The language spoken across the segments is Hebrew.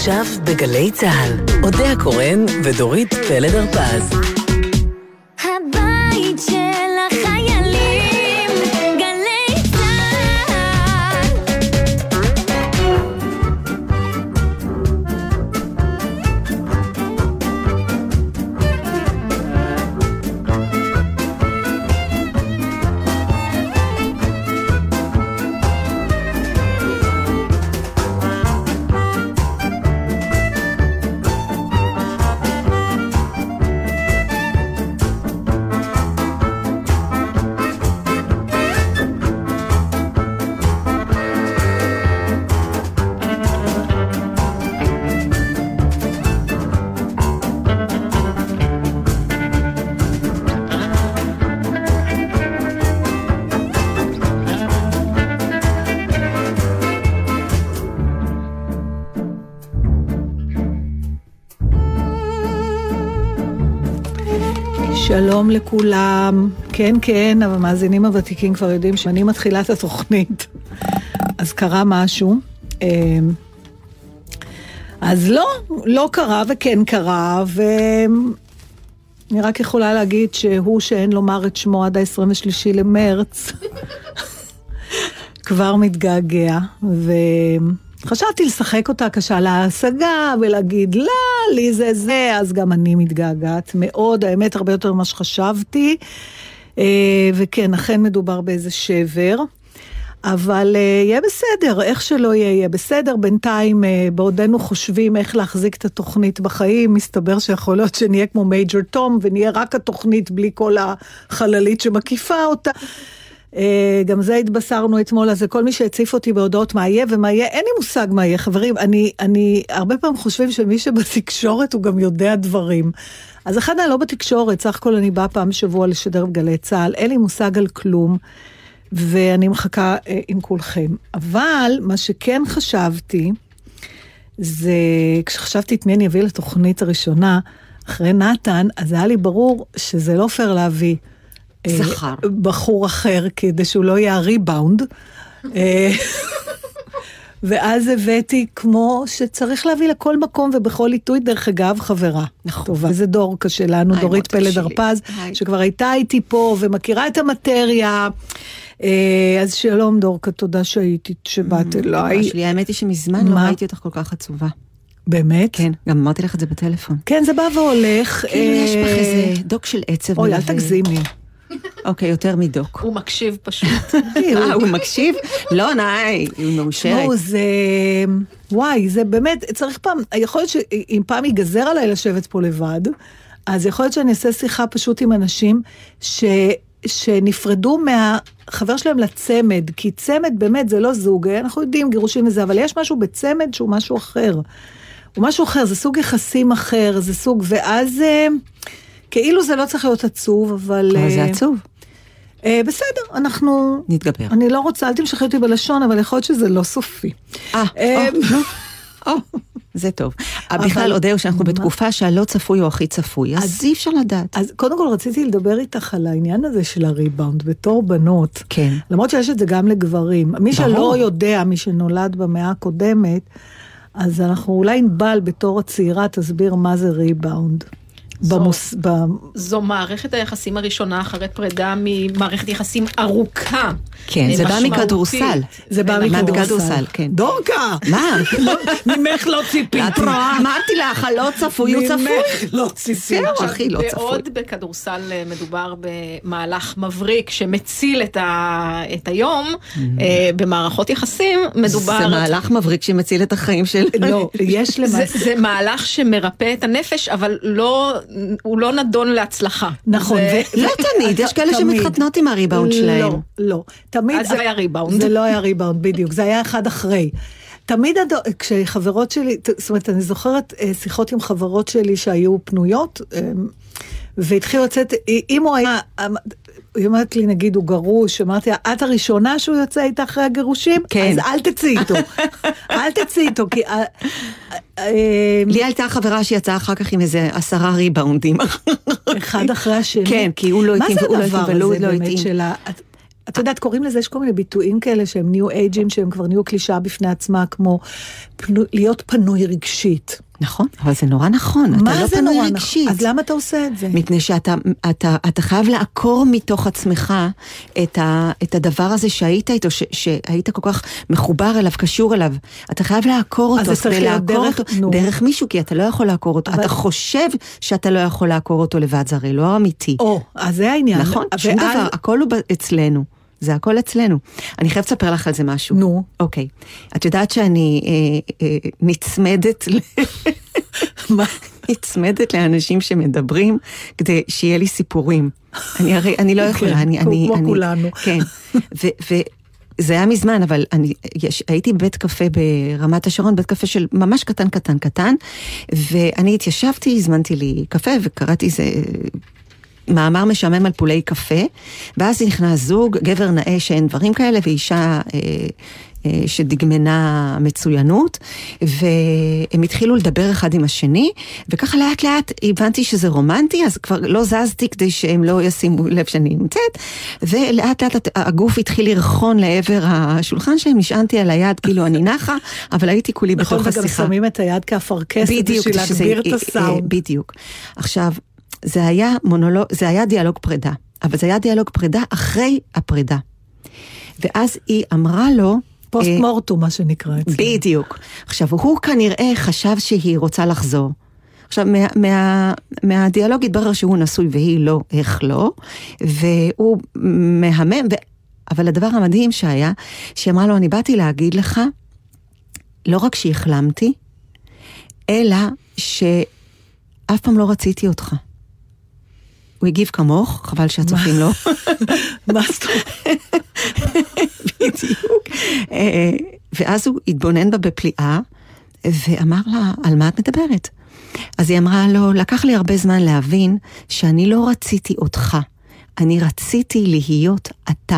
עכשיו בגלי צהל, אודיה קורן ודורית פלד הרפז. הבית של החיילים, גלי צהל. שלום לכולם. כן, כן, אבל המאזינים הוותיקים כבר יודעים שאני מתחילה את התוכנית. אז קרה משהו. אז לא קרה וכן קרה, ואני רק יכולה להגיד שהוא שאין לומר את שמו עד ה-23 למרץ, כבר מתגעגע, חשבתי לשחק אותה קשה להשגה, ולהגיד לה, לי זה, אז גם אני מתגעגעת מאוד, האמת הרבה יותר ממה שחשבתי, וכן, אכן מדובר באיזה שבר, אבל יהיה בסדר, איך שלא יהיה בסדר, בינתיים בעודנו חושבים איך להחזיק את התוכנית בחיים, מסתבר שיכול להיות שנהיה כמו מייג'ר תום, ונהיה רק התוכנית בלי כל החללית שמקיפה אותה, גם זה התבשרנו אתמול, אז כל מי שהציף אותי בהודעות מה יהיה ומה יהיה, אין לי מושג מה יהיה, חברים, אני הרבה פעמים חושבים שמי שבתקשורת הוא גם יודע דברים, אז אחד אני לא בתקשורת, סך הכל אני באה פעם שבוע לשדר בגלי צהל, אין לי מושג על כלום, ואני מחכה עם כולכם, אבל מה שכן חשבתי, זה כשחשבתי את מי אני אביא לתוכנית הראשונה, אחרי נתן, אז היה לי ברור שזה לא פייר להביא, זכר. בחור אחר, כדי שהוא לא יהיה ריבאונד. ואז הבאתי כמו שצריך להביא לכל מקום, ובכל עיתוי דרך אגב חברה. נכון. טובה. זה דורקה שלנו, דורית פלד הרפז, שכבר הייתה איתי פה, ומכירה את המטריה. אז שלום דורקה, תודה שבאת אליי. האמת היא שמזמן לא ראיתי אותך כל כך עצובה. באמת? כן, גם אמרתי לך את זה בטלפון. כן, זה בא והולך. כאילו יש בך איזה דוק של עצב. אוי, אל תגזימי. אוקיי, יותר מדוק. הוא מקשיב פשוט. הוא מקשיב? לא, נאי, הוא מאושרת. לא, זה... וואי, זה באמת, צריך פעם, יכול להיות שאם פעם ייגזר עליי לשבת פה לבד, אז יכול להיות שאני אעשה שיחה פשוט עם אנשים שנפרדו מהחבר שלהם לצמד, כי צמד באמת זה לא זוג, אנחנו יודעים גירושים וזה, אבל יש משהו בצמד שהוא משהו אחר. הוא משהו אחר, זה סוג יחסים אחר, זה סוג, ואז... כאילו זה לא צריך להיות עצוב, אבל... זה עצוב. בסדר, אנחנו... נתגבר. אני לא רוצה, אל תמשכי אותי בלשון, אבל יכול להיות שזה לא סופי. זה טוב. בכלל, הודעו שאנחנו בתקופה שהלא צפוי הוא הכי צפוי, אז אי אפשר לדעת. אז קודם כל רציתי לדבר איתך על העניין הזה של הריבאונד, בתור בנות. כן. למרות שיש את זה גם לגברים. מי שלא יודע, מי שנולד במאה הקודמת, אז אנחנו אולי נבל בתור הצעירה, תסביר מה זה ריבאונד. זו מערכת היחסים הראשונה אחרי פרידה ממערכת יחסים ארוכה. כן, זה בא מכדורסל. זה בא מכדורסל, כן. דורקה! מה? ממך לא ציפיתי. אמרתי לך, הלא צפוי, הוא צפוי. ממך לא ציפיתי. זהו, הכי לא צפוי. ועוד בכדורסל מדובר במהלך מבריק שמציל את היום, במערכות יחסים מדובר... זה מהלך מבריק שמציל את החיים של... לא, יש למעשה... זה מהלך שמרפא את הנפש, אבל הוא לא נדון להצלחה. נכון. לא תמיד, יש כאלה שמתחתנות עם הריבאונד שלהם. לא, תמיד... אז זה היה ריבאונד. זה לא היה ריבאונד, בדיוק. זה היה אחד אחרי. תמיד, כשחברות שלי, זאת אומרת, אני זוכרת שיחות עם חברות שלי שהיו פנויות, והתחילו לצאת, אם הוא היה... היא אומרת לי, נגיד, הוא גרוש, אמרתי, את הראשונה שהוא יוצא איתה אחרי הגירושים? כן. אז אל תצאי איתו. אל תצאי איתו, כי... לי הייתה חברה שיצאה אחר כך עם איזה 10 ריבאונדים. אחד אחרי השני. כן, כי הוא לא התאים, והוא לא התאים, ולא התאים. את יודעת, קוראים לזה, יש כל מיני ביטויים כאלה שהם ניו אייג'ים, שהם כבר ניו קלישה בפני עצמה, כמו להיות פנוי רגשית. נכון, אבל זה נורא נכון. מה זה נורא נכון? אז למה אתה עושה את זה? מפני שאתה חייב לעקור מתוך עצמך את הדבר הזה שהיית איתו, שהיית כל כך מחובר אליו, קשור אליו. אתה חייב לעקור אותו. אז זה צריך להיות דרך מישהו, כי אתה לא יכול לעקור אותו. אתה חושב שאתה לא יכול לעקור אותו לבד, זה הרי לא אמיתי. אז זה העניין. נכון, שום דבר, הכל הוא אצלנו. זה הכל אצלנו. אני חייבת לספר לך על זה משהו. נו. אוקיי. את יודעת שאני נצמדת נצמדת לאנשים שמדברים כדי שיהיה לי סיפורים. אני לא יכולה. כמו כולנו. כן. וזה היה מזמן, אבל הייתי בבית קפה ברמת השרון, בית קפה של ממש קטן, ואני התיישבתי, הזמנתי לי קפה וקראתי איזה מאמר משעמם על פולי קפה, ואז נכנס זוג, גבר נאה שאין דברים כאלה, ואישה שדגמנה מצוינות, והם התחילו לדבר אחד עם השני, וככה לאט לאט הבנתי שזה רומנטי, אז כבר לא זזתי כדי שהם לא ישימו לב שאני נמצאת, ולאט לאט הגוף התחיל לרחון לעבר השולחן שהם, נשענתי על היד כאילו אני נחה, אבל הייתי כולי בתוך השיחה. וגם שמים את היד כאפרכסת בשביל להגביר את הסאונד. בדיוק. עכשיו, זה היה דיאלוג פרידה, אבל זה היה דיאלוג פרידה אחרי הפרידה. ואז היא אמרה לו, פוסט מורטום, מה שנקרא אצלנו. בדיוק. עכשיו, הוא כנראה חשב שהיא רוצה לחזור. עכשיו, מהדיאלוג התברר שהוא נשוי והיא לא, איך לא, והוא מהמם, אבל הדבר המדהים שהיה, שהיא אמרה לו, אני באתי להגיד לך, לא רק שהחלמתי, אלא שאף פעם לא רציתי אותך. הוא הגיב כמוך, חבל שהצופים לא. מה זאת אומרת? בדיוק. ואז הוא התבונן בה בפליאה, ואמר לה, על מה את מדברת? אז היא אמרה לו, לקח לי הרבה זמן להבין שאני לא רציתי אותך, אני רציתי להיות אתה.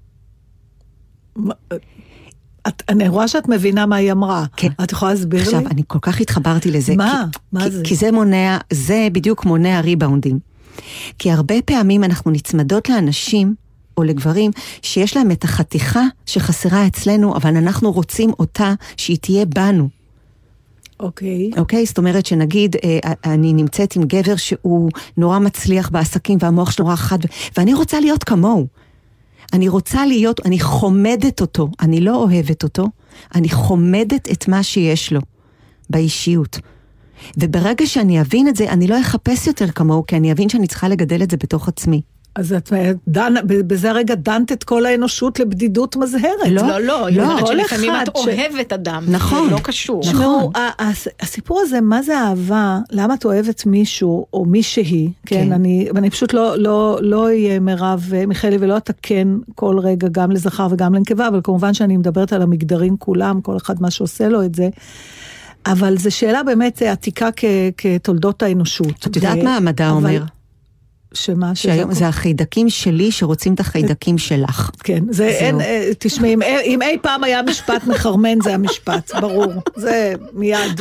אני רואה שאת מבינה מה היא אמרה. כן. את יכולה להסביר לי? עכשיו, אני כל כך התחברתי לזה. מה? מה זה? כי זה בדיוק מונע ריבאונדים. כי הרבה פעמים אנחנו נצמדות לאנשים או לגברים שיש להם את החתיכה שחסרה אצלנו, אבל אנחנו רוצים אותה שהיא תהיה בנו. אוקיי? זאת אומרת שנגיד, אני נמצאת עם גבר שהוא נורא מצליח בעסקים והמוח שלו נורא חד, ואני רוצה להיות כמוהו. אני חומדת אותו, אני לא אוהבת אותו, אני חומדת את מה שיש לו באישיות. וברגע שאני אבין את זה, אני לא אחפש יותר כמוהו, כי אני אבין שאני צריכה לגדל את זה בתוך עצמי. אז את בזה הרגע דנת את כל האנושות לבדידות מזהרת. לא, היא אומרת שלפעמים את אוהבת אדם. נכון. לא קשור. נכון. הסיפור הזה, מה זה אהבה? למה את אוהבת מישהו או מישהי? כן, אני פשוט לא אהיה מירב מיכאלי ולא אתקן כל רגע גם לזכר וגם לנקבה, אבל כמובן שאני מדברת על המגדרים כולם, כל אחד מה שעושה לו את זה. אבל זו שאלה באמת עתיקה כתולדות האנושות. את יודעת מה המדע אומר? שמה? שהיום זה החיידקים שלי שרוצים את החיידקים שלך. כן, זה אין, תשמעי, אם אי פעם היה משפט מחרמן, זה המשפט, ברור, זה מיד.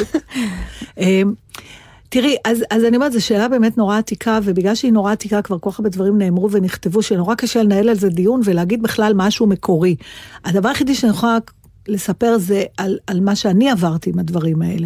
תראי, אז אני אומרת, זו שאלה באמת נורא עתיקה, ובגלל שהיא נורא עתיקה, כבר כל כך הרבה דברים נאמרו ונכתבו, שנורא קשה לנהל על זה דיון, ולהגיד בכלל משהו מקורי. הדבר היחידי שאני יכולה לספר זה על מה שאני עברתי עם הדברים האלה.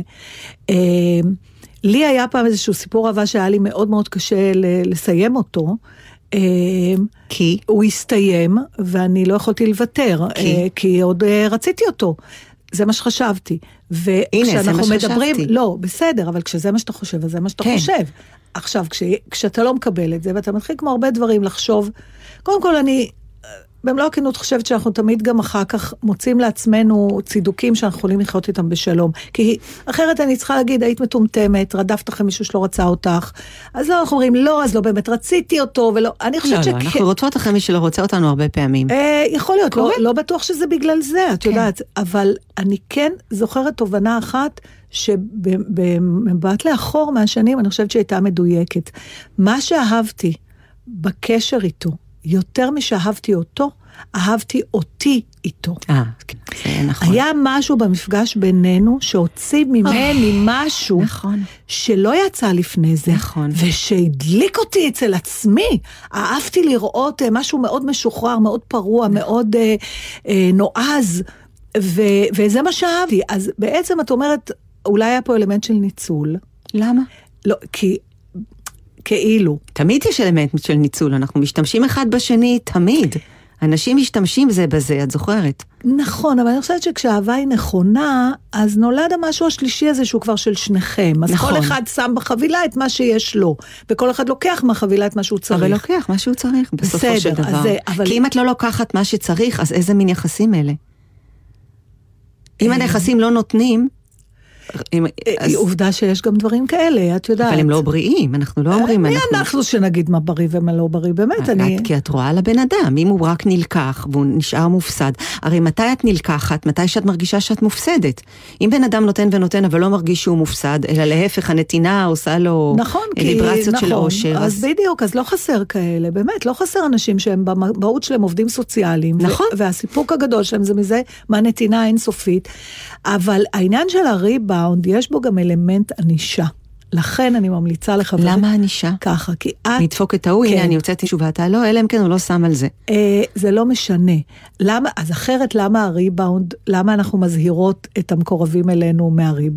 לי היה פעם איזשהו סיפור אהבה שהיה לי מאוד מאוד קשה לסיים אותו, כי? הוא הסתיים, ואני לא יכולתי לוותר, כי עוד רציתי אותו. זה מה שחשבתי. הנה, זה מה שחשבתי. לא, בסדר, אבל כשזה מה שאתה חושב, אז זה מה שאתה חושב. עכשיו, כשאתה לא מקבל את זה, ואתה מתחיל כמו הרבה דברים לחשוב, קודם כל אני במלוא הכנות חושבת שאנחנו תמיד גם אחר כך מוצאים לעצמנו צידוקים שאנחנו יכולים לחיות איתם בשלום. כי אחרת אני צריכה להגיד, היית מטומטמת, רדפת אחרי מישהו שלא רצה אותך. אז לא, אנחנו אומרים, לא, אז לא באמת רציתי אותו, ולא, אני חושבת לא, אנחנו רוצות אחרי מי שלא רוצה אותנו הרבה פעמים. יכול להיות, לא בטוח שזה בגלל זה, את יודעת. אבל אני כן זוכרת תובנה אחת, שבמבט לאחור מהשנים, אני חושבת שהייתה מדויקת. מה שאהבתי בקשר איתו, יותר משאהבתי אותו, אהבתי אותי איתו. כן, זה נכון. היה משהו במפגש בינינו שהוציא ממני משהו נכון. שלא יצא לפני זה, נכון. ושהדליק אותי אצל עצמי. אהבתי לראות משהו מאוד משוחרר, מאוד פרוע, מאוד נועז, וזה מה שאהבתי. אז בעצם את אומרת, אולי היה פה אלמנט של ניצול. למה? לא, כי כאילו. תמיד יש אלמנט של ניצול, אנחנו משתמשים אחד בשני, תמיד. אנשים משתמשים זה בזה, את זוכרת? נכון, אבל אני חושבת שכשהאהבה היא נכונה, אז נולד המשהו השלישי הזה שהוא כבר של שניכם. אז נכון. כל אחד שם בחבילה את מה שיש לו, וכל אחד לוקח מהחבילה את מה שהוא צריך. אבל לוקח מה שהוא צריך, בסופו בסדר, של דבר. אבל... כי אם את לא לוקחת מה שצריך, אז איזה מין יחסים אלה? אם היחסים לא נותנים... עובדה שיש גם דברים כאלה, את יודעת. אבל הם לא בריאים, אנחנו לא אומרים... מי אנחנו שנגיד מה בריא ומה לא בריא, באמת, כי את רואה לבן אדם, אם הוא רק נלקח והוא נשאר מופסד, הרי מתי את נלקחת, מתי שאת מרגישה שאת מופסדת? אם בן אדם נותן ונותן, אבל לא מרגיש שהוא מופסד, אלא להפך, הנתינה עושה לו ליברציות של אושר. אז בדיוק, אז לא חסר כאלה, באמת, לא חסר אנשים שהם במהות שלהם עובדים סוציאליים, והסיפוק הגדול שלהם זה מזה, מה נתינה אינסופית, אבל העניין של הריבה, יש בו גם אלמנט אנישה. לכן אני ממליצה לחברים. למה אנישה? ככה, כי את... נדפוק את ההוא, הנה אני יוצאת תשובה, אתה לא, אלא אם כן הוא לא שם על זה. זה לא משנה. למה, אז אחרת למה הריבאונד, למה אנחנו מזהירות את המקורבים אלינו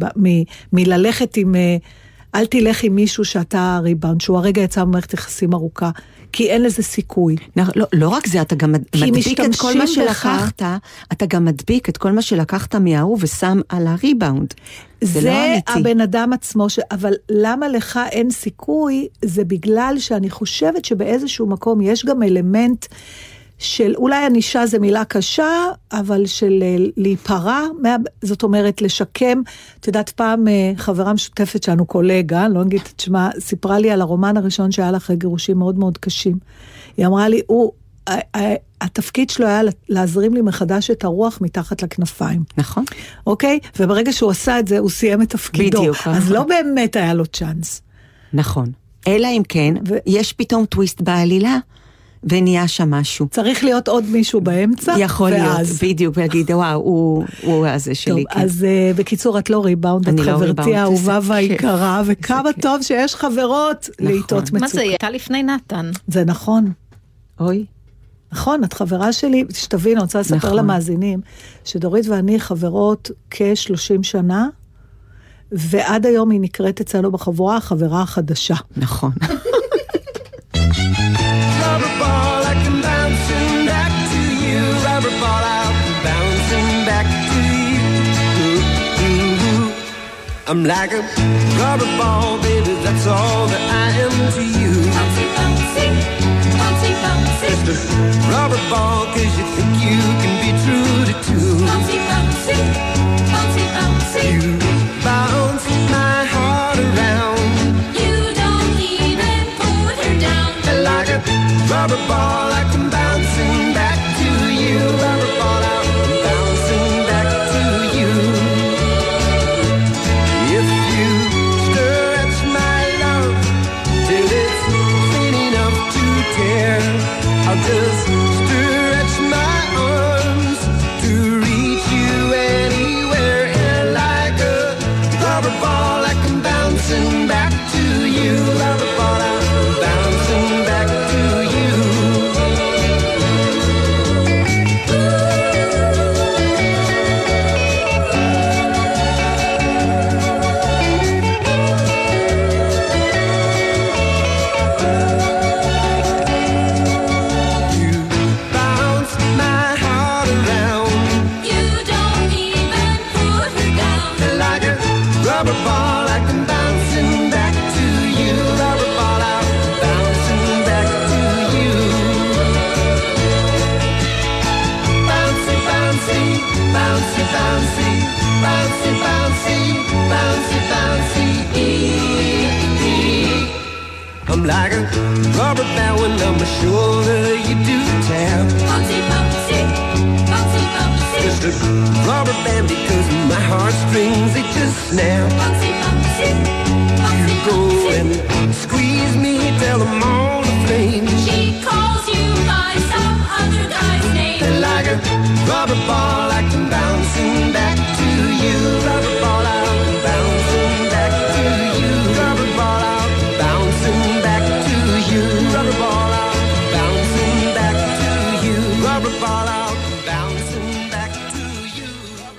מללכת עם... אל תלך עם מישהו שאתה הריבאונד, שהוא הרגע יצא במערכת יחסים ארוכה, כי אין לזה סיכוי. לא רק זה, אתה גם מדביק את כל מה שלקחת, אתה גם מדביק את כל מה שלקחת מההוא ושם על הריבאונד. זה הבן אדם עצמו, אבל למה לך אין סיכוי, זה בגלל שאני חושבת שבאיזשהו מקום יש גם אלמנט של, אולי אנישה זה מילה קשה, אבל של להיפרע, זאת אומרת לשקם. את יודעת, פעם חברה משותפת שלנו, קולגה, לא נגיד את שמה, סיפרה לי על הרומן הראשון שהיה לה אחרי גירושים מאוד מאוד קשים. היא אמרה לי, התפקיד שלו היה להזרים לי מחדש את הרוח מתחת לכנפיים. נכון. אוקיי? וברגע שהוא עשה את זה, הוא סיים את תפקידו. בדיוק. אז לא באמת היה לו צ'אנס. נכון. אלא אם כן, יש פתאום טוויסט בעלילה, ונהיה שם משהו. צריך להיות עוד מישהו באמצע, יכול להיות, בדיוק, ולהגיד, וואו, הוא הזה שלי. טוב, אז בקיצור, את לא ריבאונד, את חברתי האהובה והיקרה, וכמה טוב שיש חברות לעיתות מצוקה. מה זה הייתה לפני נתן? זה נכון. אוי. נכון, את חברה שלי, שתבין, אני רוצה לספר למאזינים, שדורית ואני חברות כ-30 שנה, ועד היום היא נקראת אצלנו בחבורה, החברה החדשה. נכון. Rubber ball, I come bouncing back to you. Rubber ball, I'll come bouncing back to you. Ooh, ooh, ooh. I'm like a rubber ball, baby, that's all that I am to you. Bouncy, bouncy, bouncy, bouncy. Just a rubber ball, 'cause you think you can be true to two. Bouncy, bouncy, bouncy, bouncy. You bounce my heart around. You don't even put her down. Like a rubber ball, I come bouncing back to you. Rubber ball, I'm bouncing back to you. If you stretch my love till it's thin enough to tear, I'll just stretch my arms to reach you anywhere. And like a rubber ball, I come bouncing back to you. Rubber ball, I'm bouncing back to you. You bounce my heart around You don't even put her down. like a rubber ball. I come bouncing back to you. Rubber ball, I'm bouncing back to you. Bouncy, bouncy, bouncy, bouncy, bouncy, bouncy, bouncy, bouncy. I'm like a rubber band when on my shoulder you do tap. Bouncy, bouncy, bouncy, bouncy. Just a rubber band because my heartstrings they just snap. Bouncy, bouncy, You bouncy, go bouncy. and squeeze me, tell them all the flames. She calls you by some other guy's name. rubber ball like I'm bouncing back to you. Rubber ball out, bouncing back to you. Rubber ball out, bouncing back to you. Rubber ball out, bouncing back to you. Rubber ball out, bouncing back to you.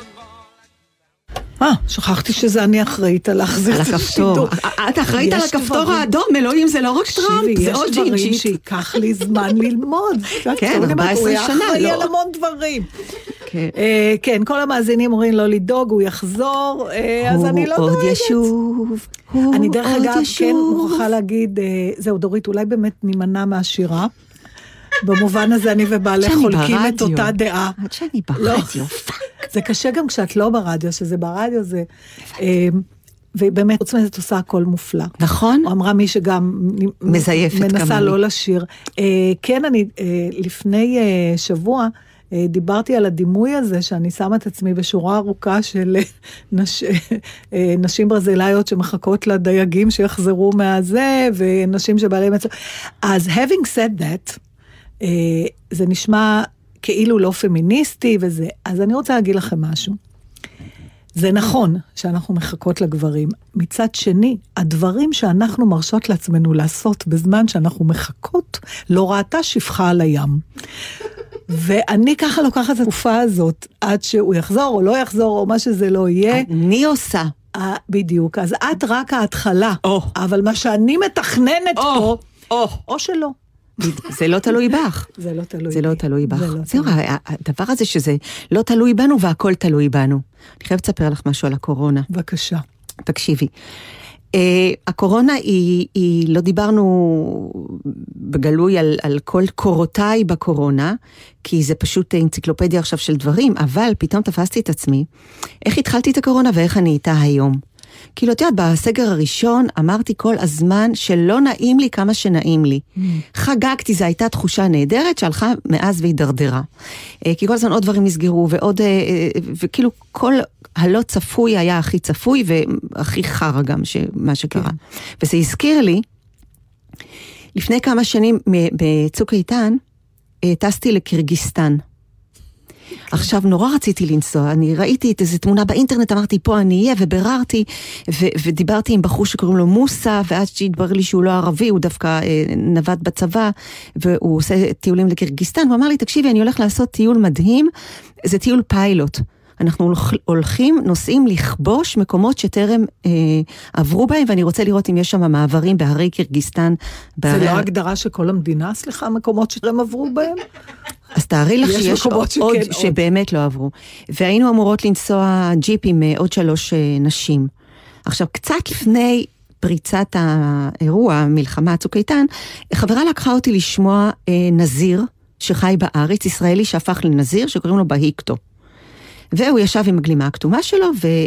שכחתי שזה אני אחראית על להחזיר על את הכפתור. השידור. את אחראית על יש הכפתור דברים- האדום, אלוהים, זה לא רק טראמפ, זה עוד יש דברים ג'ינג'ית. שיקח לי זמן ללמוד. כן, 14 שנה, הוא אחראי לא. על המון דברים. כן. כן, כל המאזינים אומרים לא לדאוג, הוא יחזור, אז אני לא הוא עוד דואגת. ישוב, הוא אני דרך עוד אגב, כן, ישוב. מוכרחה להגיד, זהו דורית, אולי באמת נימנע מהשירה. במובן הזה אני ובעלי שאני חולקים את ברדיו. אותה דעה. עד שאני לא. ברדיו. זה קשה גם כשאת לא ברדיו, שזה ברדיו זה... ובאמת, חוץ מזה, את עושה הכל מופלא. נכון? או אמרה מי שגם מזייפת מנסה כמוני. לא לשיר. כן, אני לפני שבוע דיברתי על הדימוי הזה, שאני שמה את עצמי בשורה ארוכה של נשים ברזילאיות שמחכות לדייגים שיחזרו מהזה, ונשים שבעליהם... אז having said that, זה נשמע כאילו לא פמיניסטי וזה, אז אני רוצה להגיד לכם משהו. זה נכון שאנחנו מחכות לגברים. מצד שני, הדברים שאנחנו מרשות לעצמנו לעשות בזמן שאנחנו מחכות, לא ראתה שפחה על הים. ואני ככה לוקחת את התקופה הזאת, עד שהוא יחזור או לא יחזור, או מה שזה לא יהיה. אני עושה. בדיוק, אז את רק ההתחלה. או. אבל מה שאני מתכננת פה, או שלא. זה לא תלוי בך. זה לא תלוי. זה לא בי. תלוי בך. זה לא זהו, תלוי. הדבר הזה שזה לא תלוי בנו והכל תלוי בנו. אני חייבת לספר לך משהו על הקורונה. בבקשה. תקשיבי. הקורונה היא לא דיברנו בגלוי על כל קורותיי בקורונה, כי זה פשוט אנציקלופדיה עכשיו של דברים, אבל פתאום תפסתי את עצמי, איך התחלתי את הקורונה ואיך אני איתה היום. כאילו, את יודעת, בסגר הראשון אמרתי כל הזמן שלא נעים לי כמה שנעים לי. חגגתי, זו הייתה תחושה נהדרת שהלכה מאז והידרדרה. כי כל הזמן עוד דברים נסגרו, ועוד, וכאילו כל הלא צפוי היה הכי צפוי, והכי חרא גם מה שקרה. וזה הזכיר לי, לפני כמה שנים בצוק איתן, טסתי לקירגיסטן. עכשיו נורא רציתי לנסוע, אני ראיתי את איזו תמונה באינטרנט, אמרתי פה אני אהיה, ובררתי, ודיברתי עם בחור שקוראים לו מוסה, ואז שהתברר לי שהוא לא ערבי, הוא דווקא נווט בצבא, והוא עושה טיולים לקירגיסטן, הוא אמר לי, תקשיבי, אני הולך לעשות טיול מדהים, זה טיול פיילוט. אנחנו נוסעים לכבוש מקומות שטרם עברו בהם, ואני רוצה לראות אם יש שם מעברים בהרי קירגיסטן. זה לא הגדרה שכל המדינה, סליחה, מקומות שטרם עברו בהם? אז תארי לך שיש עוד שבאמת לא עברו. והיינו אמורות לנסוע ג'יפ עם עוד 3 נשים. עכשיו, קצת לפני פריצת האירוע, מלחמה צוק איתן, חברה לקחה אותי לשמוע נזיר שחי בארץ, ישראלי שהפך לנזיר, שקוראים לו בהיקטו. והוא ישב עם הגלימה הכתומה שלו,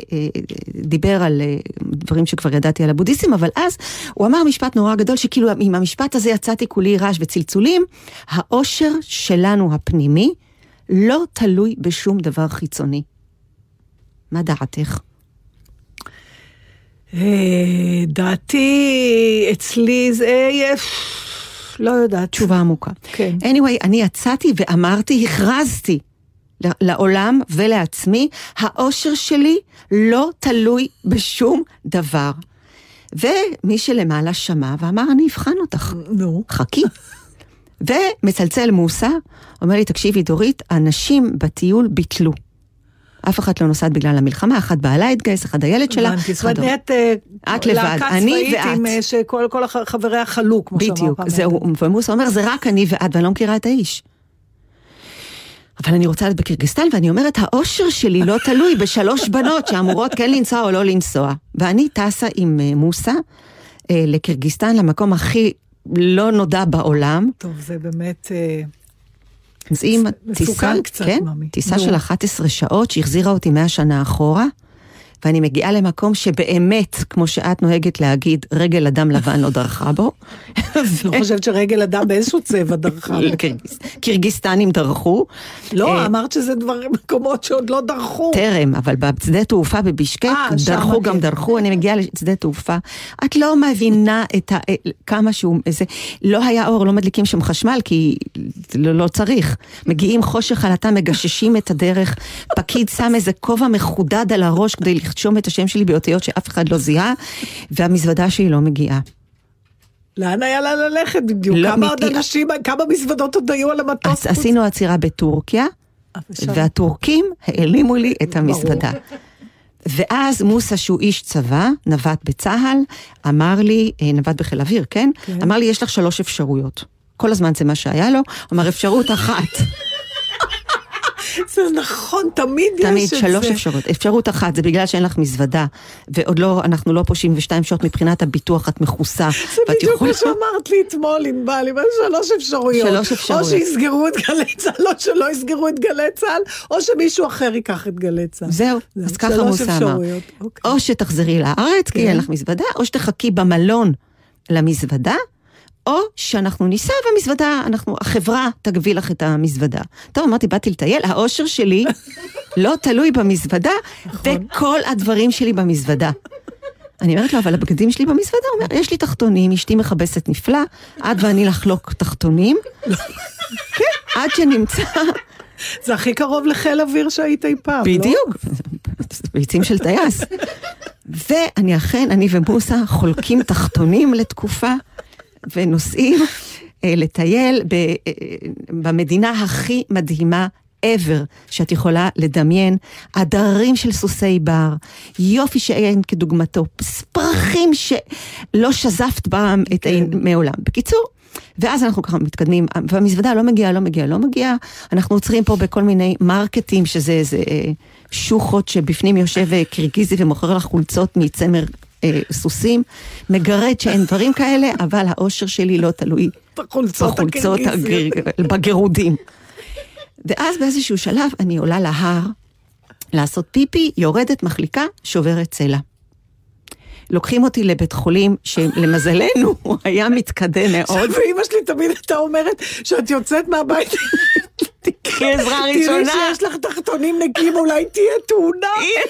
ודיבר על דברים שכבר ידעתי על הבודהיסטים, אבל אז הוא אמר משפט נורא גדול, שכאילו עם המשפט הזה יצאתי כולי רעש וצלצולים, האושר שלנו הפנימי לא תלוי בשום דבר חיצוני. מה דעתך? דעתי אצלי זה לא יודעת. תשובה עמוקה. כן. anyway, אני יצאתי ואמרתי, הכרזתי, לעולם ולעצמי, האושר שלי לא תלוי בשום דבר. ומי שלמעלה שמע ואמר, אני אבחן אותך. נו. חכי. ומצלצל מוסה, אומר לי, תקשיבי דורית, אנשים בטיול ביטלו. אף אחד לא נוסעת בגלל המלחמה, אחד בעלה התגייס, אחד הילד שלה. זאת אומרת, את לבד, אני ואת. שכל חבריה חלוק, כמו שאמר פעם. בדיוק, זהו. ומוסה אומר, זה רק אני ואת, ואני לא מכירה את האיש. אבל אני רוצה להיות בקירגיסטן, ואני אומרת, האושר שלי לא תלוי ב3 בנות שאמורות כן לנסוע או לא לנסוע. ואני טסה עם מוסה לקירגיסטן, למקום הכי לא נודע בעולם. טוב, זה באמת אז עם טיסה, מסוכן קצת, כן, ממי. טיסה של 11 שעות, שהחזירה אותי 100 שנה אחורה, ואני מגיעה למקום שבאמת, כמו שאת נוהגת להגיד, רגל אדם לבן לא דרכה בו. אני חושבת שרגל אדם באיזשהו צבע דרכה בו. קירגיסטנים דרכו. לא, אמרת שזה דברים מקומות שעוד לא דרכו. טרם, אבל בשדה תעופה בבישקק, דרכו גם דרכו, אני מגיעה לשדה תעופה. את לא מבינה כמה שהוא, לא היה אור, לא מדליקים שם חשמל, כי לא צריך. מגיעים חושך עלתה, מגששים את הדרך, פקיד שם איזה כובע מחודד על הראש, כדי לחשום את השם שלי באותיות שאף אחד לא זיהה, והמזוודה שלי לא מגיעה. לאן היה לה ללכת בדיוק? כמה עוד אנשים, כמה מזוודות עוד היו על המטוס? עשינו עצירה בטורקיה, והטורקים העלימו לי את המזוודה. ואז מוסה שהוא איש צבא, נווט בצהל, אמר לי, נווט בחיל אוויר, כן? אמר לי, יש לך 3 אפשרויות. כל הזמן זה מה שהיה לו, אמר אפשרות אחת. זה נכון, תמיד יש את זה. תמיד 3 אפשרות. אפשרות אחת, זה בגלל שאין לך מזוודה, ועוד לא, אנחנו לא פה 72 שעות מבחינת הביטוח, את מכוסה. זה בדיוק מה שאמרת לי אתמול, ענבל, עם 3 אפשרויות. 3 אפשרויות. או שיסגרו את גלי צהל, או שלא יסגרו את גלי צהל, או שמישהו אחר ייקח את גלי צהל. זהו, אז ככה מוסה אמר. או שתחזרי לארץ, כי אין לך מזוודה, או שתחכי במלון למזוודה, או שאנחנו ניסע והמזוודה, החברה תגבי לך את המזוודה. טוב, אמרתי, באתי לטייל, האושר שלי לא תלוי במזוודה, וכל הדברים שלי במזוודה. אני אומרת לו, אבל הבגדים שלי במזוודה, הוא אומר, יש לי תחתונים, אשתי מחבסת נפלא, עד ואני לחלוק תחתונים, כן, עד שנמצא. זה הכי קרוב לחיל אוויר שהיית אי פעם, לא? בדיוק, ביצים של טייס. ואני אכן, אני ומוסה חולקים תחתונים לתקופה, ונוסעים לטייל במדינה הכי מדהימה ever שאת יכולה לדמיין, הדרים של סוסי בר, יופי שאין כדוגמתו, פרחים שלא שזפת בהם את מעולם. בקיצור, ואז אנחנו ככה מתקדמים, והמזוודה לא מגיעה, אנחנו עוצרים פה בכל מיני מרקטים, שזה איזה שוחות שבפנים יושב קירגיזי ומוכר לך חולצות מצמר סוסים, מגרד שאין דברים כאלה, אבל האושר שלי לא תלוי בחולצות בגירודים. ואז באיזשהו שלב אני עולה להר לעשות פיפי, יורדת, מחליקה, שוברת צלע. לוקחים אותי לבית חולים שלמזלנו הוא היה מתקדם מאוד. ואמא שלי תמיד הייתה אומרת שאת יוצאת מהבית תקחי עזרה ראשונה. תראי שיש לך תחתונים נקים, אולי תהיה תאונה.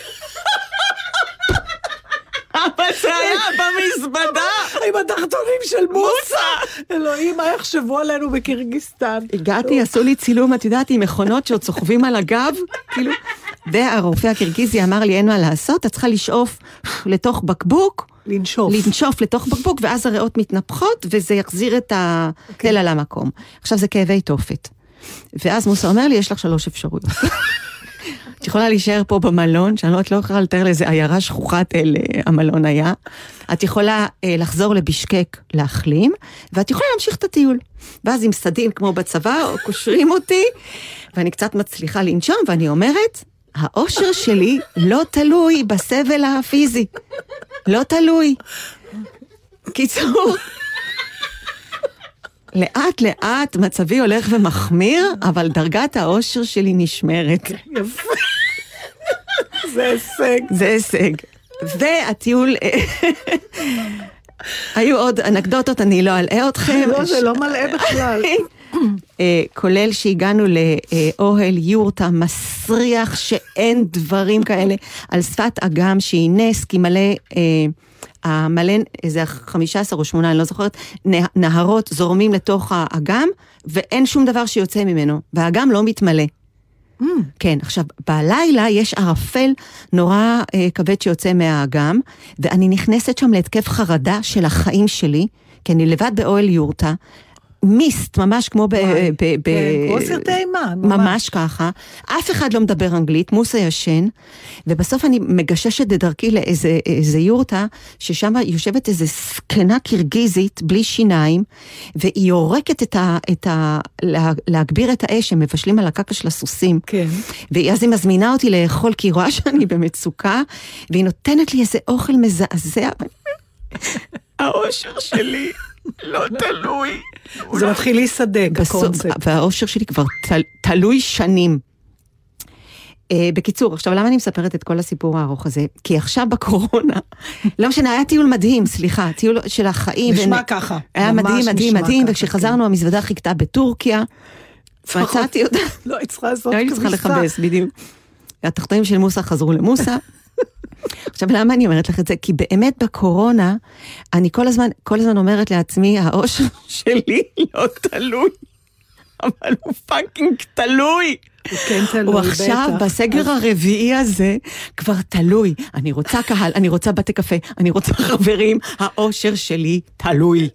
אבל זה היה במזוודה. עם התחתונים של מוסה. אלוהים, מה יחשבו עלינו בקירגיסטן? הגעתי, עשו לי צילום, את יודעת, עם מכונות שעוד סוחבים על הגב, כאילו. והרופא הקירגיזי אמר לי, אין מה לעשות, את צריכה לשאוף לתוך בקבוק. לנשוף לתוך בקבוק, ואז הריאות מתנפחות, וזה יחזיר את התל למקום. עכשיו זה כאבי תופת. ואז מוסה אומר לי, יש לך 3 אפשרויות. את יכולה להישאר פה במלון, שאני לא יכולה לתאר לאיזה עיירה שכוחת אל המלון היה. את יכולה לחזור לבישקק להחלים, ואת יכולה להמשיך את הטיול. ואז עם סדין כמו בצבא, קושרים אותי, ואני קצת מצליחה לנשום, ואני אומרת, האושר שלי לא תלוי בסבל הפיזי. לא תלוי. קיצור, לאט לאט מצבי הולך ומחמיר, אבל דרגת האושר שלי נשמרת. יפה. זה הישג. זה הישג. והטיול, היו עוד אנקדוטות, אני לא אלאה אתכם. לא, זה לא מלאה בכלל. כולל שהגענו לאוהל יורטה מסריח שאין דברים כאלה, על שפת אגם שהיא נס, כי מלא איזה 15 או 8, אני לא זוכרת, נהרות זורמים לתוך האגם, ואין שום דבר שיוצא ממנו, והאגם לא מתמלא. כן, עכשיו, בלילה יש ערפל נורא כבד שיוצא מהאגם, ואני נכנסת שם להתקף חרדה של החיים שלי, כי אני לבד באוהל יורטה, מיסט, ממש כמו כמו סרטי אימה. ממש ככה. אף אחד לא מדבר אנגלית, מוסה ישן, ובסוף אני מגששת דרכי לאיזה יורטה, ששם יושבת איזו סקנה קירגיזית, בלי שיניים, והיא יורקת להגביר את האש, הם מבשלים על הקקה של הסוסים. כן. ואז היא מזמינה אותי לאכול, כי היא רואה שאני במצוקה, והיא נותנת לי איזה אוכל מזעזע. האושר שלי לא תלוי. זה מתחיל להיסדק, הקונספט. והאושר שלי כבר תלוי שנים. בקיצור, עכשיו למה אני מספרת את כל הסיפור הארוך הזה? כי עכשיו בקורונה, לא משנה, היה טיול מדהים, סליחה, טיול של החיים. נשמע ככה. היה מדהים, מדהים, מדהים, וכשחזרנו המזוודה חיכתה בטורקיה, מצאתי אותה. לא, היא צריכה לעשות לא, היא צריכה לחבס, בדיוק. התחתונים של מוסה חזרו למוסה. עכשיו, למה אני אומרת לך את זה? כי באמת בקורונה, אני כל הזמן אומרת לעצמי, האושר שלי לא תלוי, אבל הוא פאקינג תלוי. הוא כן תלוי, הוא עכשיו בסגר הרביעי הזה כבר תלוי. אני רוצה קהל, אני רוצה בתי קפה, אני רוצה חברים, האושר שלי תלוי.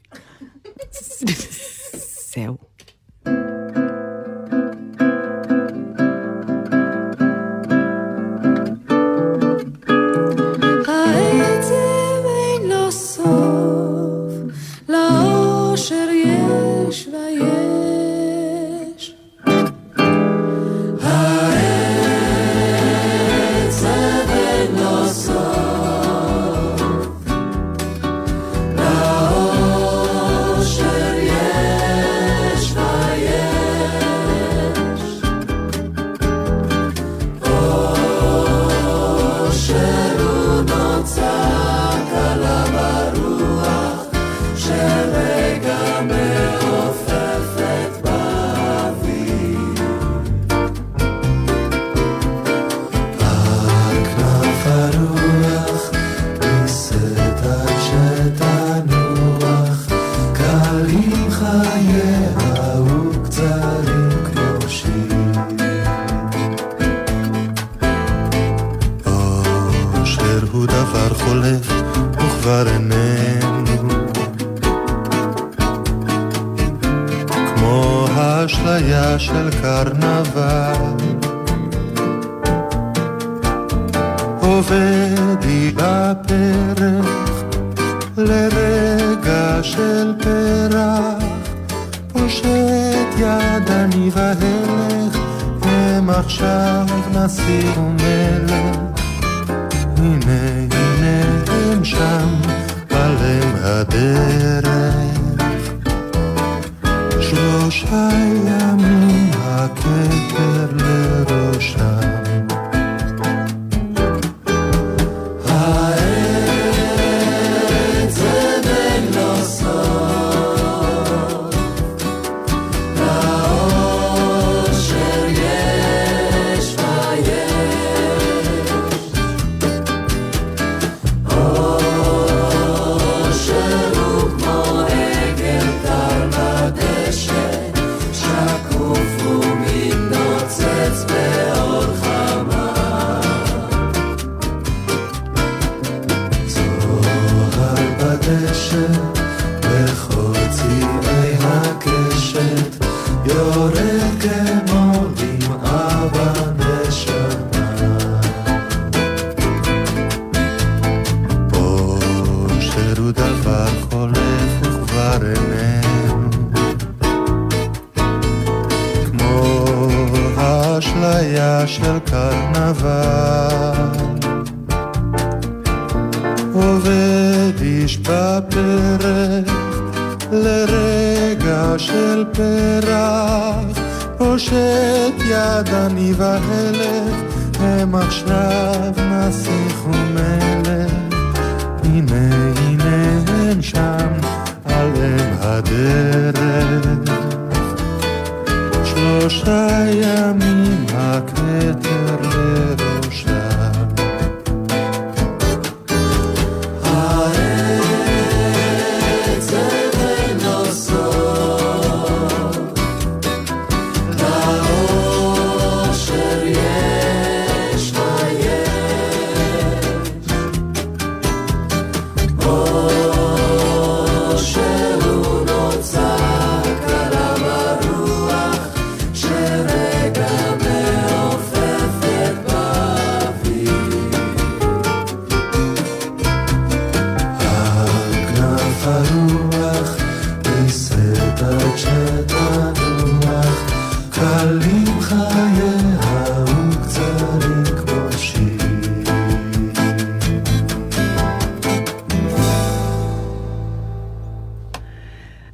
זהו. העצב אין לו סוף, לאושר יש ויש. העצב אין לו סוף, לאושר יש ויש. אושר הוא נוצק עליו הרוח שרגע מעופפת באוויר. הכנף הרוח נישאת עד שתנוח, קלים חייה וקצרים כמו שיר. אושר הוא דבר חולף וכבר איננו, כמו האשליה של קרנבל, עובד היא בפרח לרגע של פרח, פושט יד אני והלך, הם עכשיו נסיך ומלך. הנה הנה הם שם עליהם הדרך, שלושה ימים הכתר לראשם. העצב אין לו סוף, לאושר יש ויש. אושר הוא כמו עגל קר בדשא, שקוף ומתנוצץ באור חמה. זוהר בדשא בכל צבעי הקשת, יורד כמו דמעה בנשמה. אושר הוא דבר חולף וכבר איננו, כמו האשליה של קרנבל, עובד איש בפרח לרגע של פרח, פושט יד אני והלך, הם עכשיו נסיך ומלך. הנה הנה הם שם עליהם הדרך, שלושה ימים הכתר לראשם. העצב אין לו סוף, לאושר יש ויש.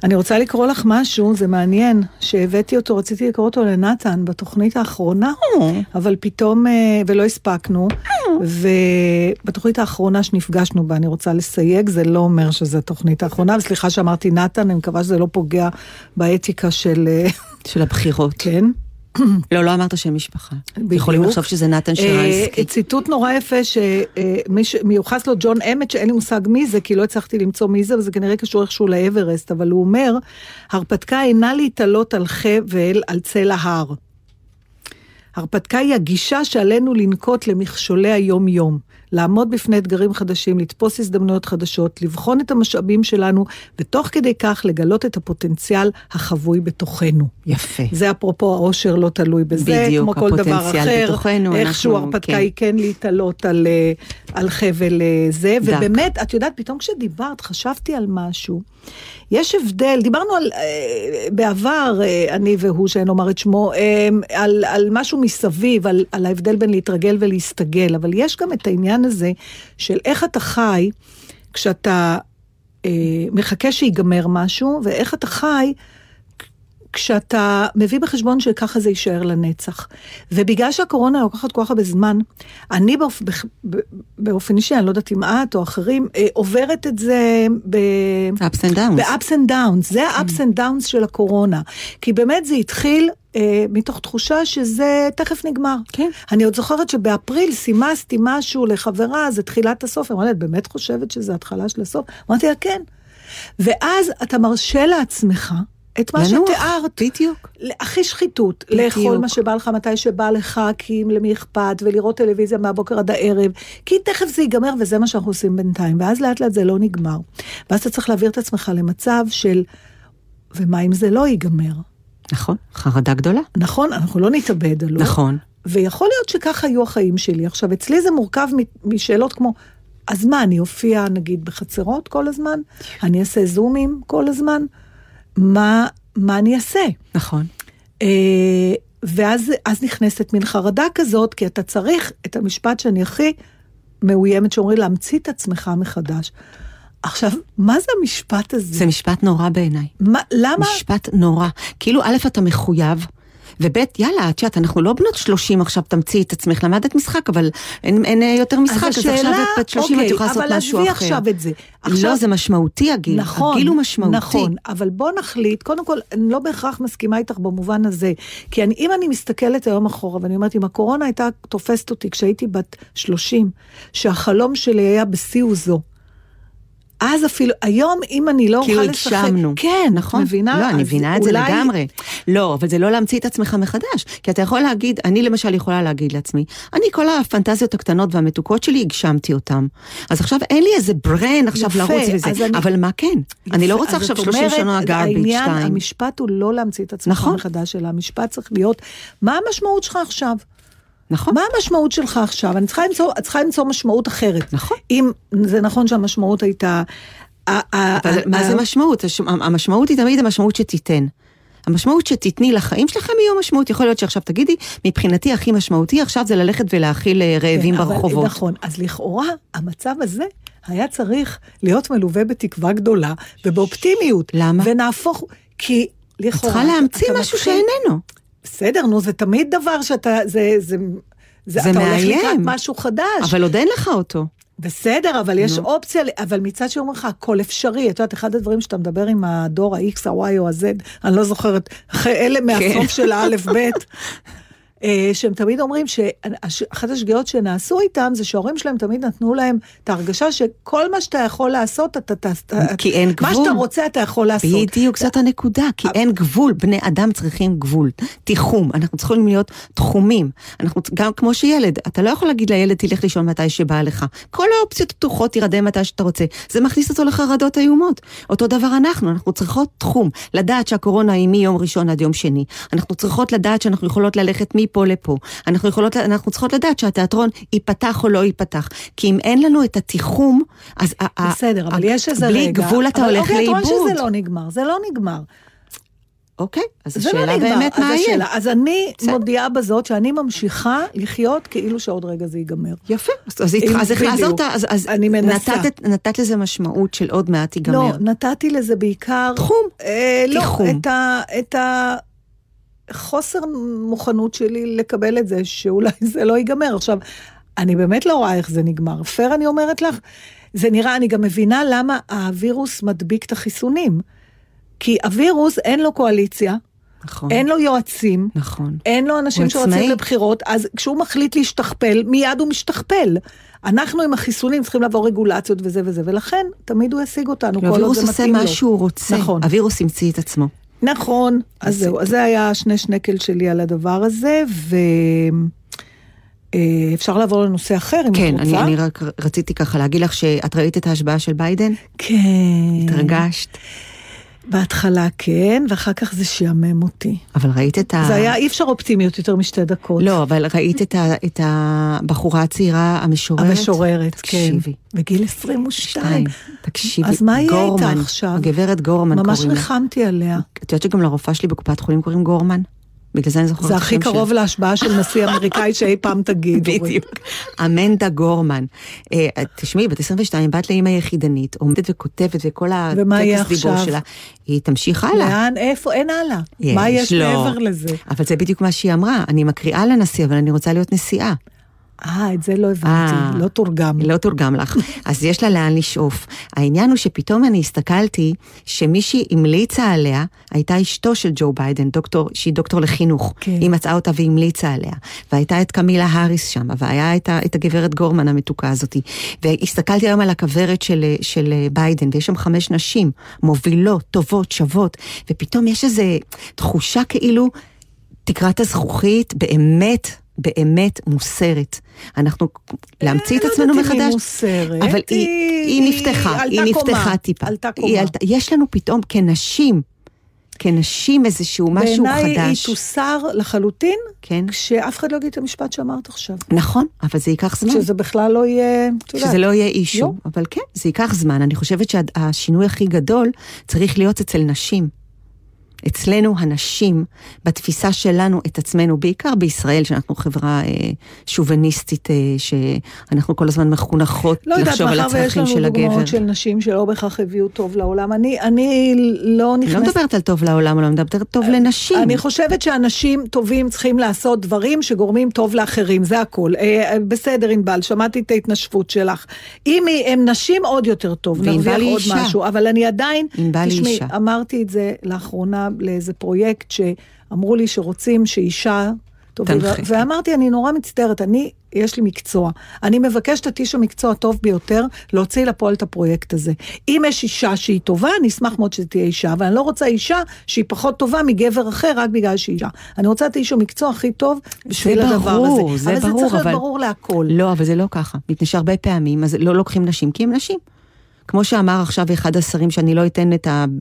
אני רוצה לקרוא לך משהו, זה מעניין, שהבאתי אותו, רציתי לקרוא אותו לנתן בתוכנית האחרונה, אבל פתאום, ולא הספקנו, ובתוכנית האחרונה שנפגשנו בה, אני רוצה לסייג, זה לא אומר שזו התוכנית האחרונה, וסליחה שאמרתי נתן, אני מקווה שזה לא פוגע באתיקה של הבחירות. כן. לא אמרת שם משפחה. יכולים לחשוב שזה נתן שרנסקי. ציטוט נורא יפה שמיוחס לו ג'ון אמת, שאין לי מושג מי זה, כי לא הצלחתי למצוא מי זה, וזה כנראה קשור איכשהו לאברסט, אבל הוא אומר, הרפתקה אינה להתעלות על חבל על צל ההר. הרפתקה היא הגישה שעלינו לנקוט למכשולי היום-יום, לעמוד בפני אתגרים חדשים, לתפוס הזדמנויות חדשות, לבחון את המשאבים שלנו, ותוך כדי כך לגלות את הפוטנציאל החבוי בתוכנו. יפה. זה אפרופו העושר לא תלוי בזה, בדיוק, כמו כל דבר אחר. בתוכנו, איכשהו הרפתקה היא כן להתעלות על חבל זה, ובאמת, את יודעת, פתאום כשדיברת, חשבתי על משהו, יש הבדל, דיברנו בעבר, אני והוא, שאין לומר את שמו, על משהו מסביב, על ההבדל בין להתרגל ולהסתגל, אבל יש גם את העניין הזה, של איך אתה חי, כשאתה מחכה שיגמר משהו, ואיך אתה חי, כשאתה מביא בחשבון שככה זה יישאר לנצח. ובגלל שהקורונה לוקחת כל כך הרבה זמן, אני באופן אישי, אני לא יודעת אם את או אחרים, עוברת את זה ups and downs. ב-ups and downs. זה ה-ups and downs של הקורונה. כי באמת זה התחיל מתוך תחושה שזה תכף נגמר. כן. אני עוד זוכרת שבאפריל סימסתי משהו לחברה, זה תחילת הסוף. אמרתי, את באמת חושבת שזה התחלה של הסוף? אמרתי לה, כן. ואז אתה מרשה לעצמך, את מה שתיארת. בדיוק. הכי שחיתות. לאכול מה שבא לך, מתי שבא לך, כי למי אכפת, ולראות טלוויזיה מהבוקר עד הערב. כי תכף זה ייגמר, וזה מה שאנחנו עושים בינתיים. ואז לאט לאט זה לא נגמר. ואז אתה צריך להעביר את עצמך למצב של, ומה אם זה לא ייגמר? נכון, חרדה גדולה. נכון, אנחנו לא נתאבד עלו. נכון. ויכול להיות שככה היו החיים שלי. עכשיו, אצלי זה מורכב משאלות כמו, אז מה, אני אופיע נגיד בחצרות כל הזמן? אני אעשה זומים כל הזמן? מה אני אעשה? נכון. ואז נכנסת מין חרדה כזאת, כי אתה צריך את המשפט שאני הכי מאוימת, שאומרים להמציא את עצמך מחדש. עכשיו, מה זה המשפט הזה? זה משפט נורא בעיניי. למה? משפט נורא. כאילו, א', אתה מחויב, וב', יאללה, תשעת, אנחנו לא בנות 30 עכשיו, תמציא את עצמך, למדת משחק, אבל אין יותר משחק, אז עכשיו את בת 30 את יכולה לעשות משהו אחר. אבל עזבי עכשיו את זה. לא, זה משמעותי הגיל. נכון. הגיל הוא משמעותי. נכון, אבל בוא נחליט, קודם כל, אני לא בהכרח מסכימה איתך במובן הזה, כי אם אני מסתכלת היום אחורה, ואני אומרת, אם הקורונה הייתה תופסת אותי כשהייתי בת 30, שהחלום שלי היה בסיוזו, אז אפילו, היום אם אני לא אוכל לשחק... כאילו הגשמנו. כן, נכון. מבינה? לא, אני מבינה את זה לגמרי. לא, אבל זה לא להמציא את עצמך מחדש. כי אתה יכול להגיד, אני למשל יכולה להגיד לעצמי, אני כל הפנטזיות הקטנות והמתוקות שלי, הגשמתי אותם. אז עכשיו אין לי איזה ברן עכשיו לרוץ וזה. אבל מה כן? אני לא רוצה עכשיו 30 שנה garbage time. המשפט הוא לא להמציא את עצמך מחדש, אלא המשפט צריך להיות, מה המשמעות שלך עכשיו? נכון. מה המשמעות שלך עכשיו? אני צריכה למצוא משמעות אחרת. נכון. אם זה נכון שהמשמעות הייתה... אבל מה זה משמעות? המשמעות היא תמיד המשמעות שתיתן. המשמעות שתתני לחיים שלכם היא משמעות. יכול להיות שעכשיו תגידי, מבחינתי הכי משמעותי עכשיו זה ללכת ולהאכיל רעבים ברחובות. נכון, אז לכאורה המצב הזה היה צריך להיות מלווה בתקווה גדולה ובאופטימיות. למה? ונהפוך, כי לכאורה... צריכה להמציא משהו שאיננו. בסדר, נו, זה תמיד דבר שאתה, אתה הולך לקראת משהו חדש. אבל עוד אין לך אותו. בסדר, אבל יש אופציה, אבל מצד שאומר לך, הכל אפשרי. את יודעת, אחד הדברים שאתה מדבר עם הדור ה-X, ה-Y או ה-Z, אני לא זוכרת, אלה מהסוף של ה-א'-ב', שהם תמיד אומרים שאחת השגיאות שנעשו איתם, זה שההורים שלהם תמיד נתנו להם את ההרגשה שכל מה שאתה יכול לעשות, כי אין גבול. מה שאתה רוצה אתה יכול לעשות. בדיוק, זאת הנקודה, כי אין גבול. בני אדם צריכים גבול, תיחום. אנחנו צריכים להיות תחומים. אנחנו גם כמו שילד, אתה לא יכול להגיד לילד, תלך לישון מתי שבא לך. כל האופציות פתוחות, תירדם מתי שאתה רוצה. זה מכניס אותו לחרדות איומות. אותו דבר אנחנו צריכות תחום. לדעת שהקורונה היא מיום ראשון עד יום שני. אנחנו צריכות לדעת שאנחנו יכולות ללכת מפה לפה. אנחנו צריכות לדעת שהתיאטרון ייפתח או לא ייפתח. כי אם אין לנו את התיחום, אז בסדר, אבל יש איזה בלי רגע. גבול אתה הולך לאיבוד. אבל שזה לא נגמר, זה לא נגמר. אוקיי, אז זה לא השאלה נגמר, באמת מה יהיה. אז אני בסדר. מודיעה בזאת שאני ממשיכה לחיות כאילו שעוד רגע זה ייגמר. יפה, אז איך לעזור, אז אני מנסה. נתת לזה משמעות של עוד מעט ייגמר. לא, נתתי לזה בעיקר... תחום. לא, תחום. את החוסר מוכנות שלי לקבל את זה, שאולי זה לא ייגמר. עכשיו, אני באמת לא רואה איך זה נגמר. פייר אני אומרת לך, זה נראה, אני גם מבינה למה הווירוס מדביק את החיסונים. כי הווירוס אין לו קואליציה, נכון. אין לו יועצים, נכון. אין לו אנשים שרוצים לבחירות, אז כשהוא מחליט להשתכפל, מיד הוא משתכפל. אנחנו עם החיסונים צריכים לעבור רגולציות וזה וזה, ולכן תמיד הוא ישיג אותנו. הווירוס עושה מה שהוא רוצה, נכון. הווירוס המציא את עצמו. נכון, אז זהו, אז זה היה שני שנקל שלי על הדבר הזה, אפשר לעבור לנושא אחר אם את רוצה. כן, אני רק רציתי ככה להגיד לך שאת ראית את ההשבעה של ביידן? כן. התרגשת? בהתחלה כן, ואחר כך זה שיאמם אותי. אבל ראית את זה היה אי אפשר אופטימיות יותר משתי דקות. לא, אבל ראית את הבחורה הצעירה המשוררת? המשוררת, כן. תקשיבי. בגיל 22. תקשיבי, אז מה יהיה איתה עכשיו? הגברת גורמן קוראים לה. ממש רחמתי עליה. את יודעת שגם לרופאה שלי בקופת חולים קוראים גורמן? בגלל זה אני זוכרת. זה הכי קרוב להשבעה של נשיא אמריקאי שאי פעם תגיד. בדיוק. אמנדה גורמן. תשמעי, בת 22, בת לאמא יחידנית, עומדת וכותבת וכל הטקסט דיבור שלה. היא תמשיך הלאה. לאן? איפה? אין הלאה. מה יש מעבר לזה? אבל זה בדיוק מה שהיא אמרה. אני מקריאה לנשיא, אבל אני רוצה להיות נשיאה. את זה לא הבנתי, לא תורגם. לא תורגם לך. אז יש לה לאן לשאוף. העניין הוא שפתאום אני הסתכלתי שמישהי המליצה עליה, הייתה אשתו של ג'ו ביידן, שהיא דוקטור לחינוך. היא מצאה אותה והמליצה עליה. והייתה את קמילה האריס שם, והיה את הגברת גורמן המתוקה הזאת. והסתכלתי היום על הכברת של ביידן, ויש שם 5 נשים, מובילות, טובות, שוות, ופתאום יש איזו תחושה כאילו, תקרת הזכוכית באמת מוסרת. אנחנו להמציא את עצמנו מחדש. אבל היא נפתחה טיפה. יש לנו פתאום כנשים איזשהו משהו חדש. בעיניי היא תוסר לחלוטין, כן. כשאף אחד לא יגיד את המשפט שאמרת עכשיו. נכון, אבל זה ייקח זמן. שזה בכלל לא יהיה... שזה לא יהיה אישו. אבל כן, זה ייקח זמן. אני חושבת שהשינוי הכי גדול צריך להיות אצל נשים. אצלנו הנשים, בתפיסה שלנו את עצמנו, בעיקר בישראל, שאנחנו חברה שוביניסטית, שאנחנו כל הזמן מחונכות לחשוב על הצרכים של הגבר. לא יודעת, מאחר ויש לנו דוגמאות של נשים שלא בכך הביאו טוב לעולם. אני לא נכנסת... אני לא מדברת על טוב לעולם, אני מדברת טוב לנשים. אני חושבת שאנשים טובים צריכים לעשות דברים שגורמים טוב לאחרים, זה הכל. בסדר, ענבל, שמעתי את ההתנשפות שלך. אם הם נשים עוד יותר טוב, נרוויח עוד משהו, אבל אני עדיין, תשמעי, אמרתי את זה לאחרונה, לאיזה פרויקט שאמרו לי שרוצים שאישה טובה, ואמרתי, אני נורא מצטערת, יש לי מקצוע, אני מבקשת את איש המקצוע הטוב ביותר, להוציא לפועל את הפרויקט הזה. אם יש אישה שהיא טובה, אני אשמח מאוד שתהיה אישה, אבל אני לא רוצה אישה שהיא פחות טובה מגבר אחר, רק בגלל שהיא אישה. אני רוצה את איש המקצוע הכי טוב בשביל הדבר הזה. זה ברור, אבל זה צריך להיות ברור להכל. לא, אבל זה לא ככה. מפני שהרבה פעמים, אז לא לוקחים נשים, כי הם נשים. כמו שאמר עכשיו אחד השרים שאני לא אתן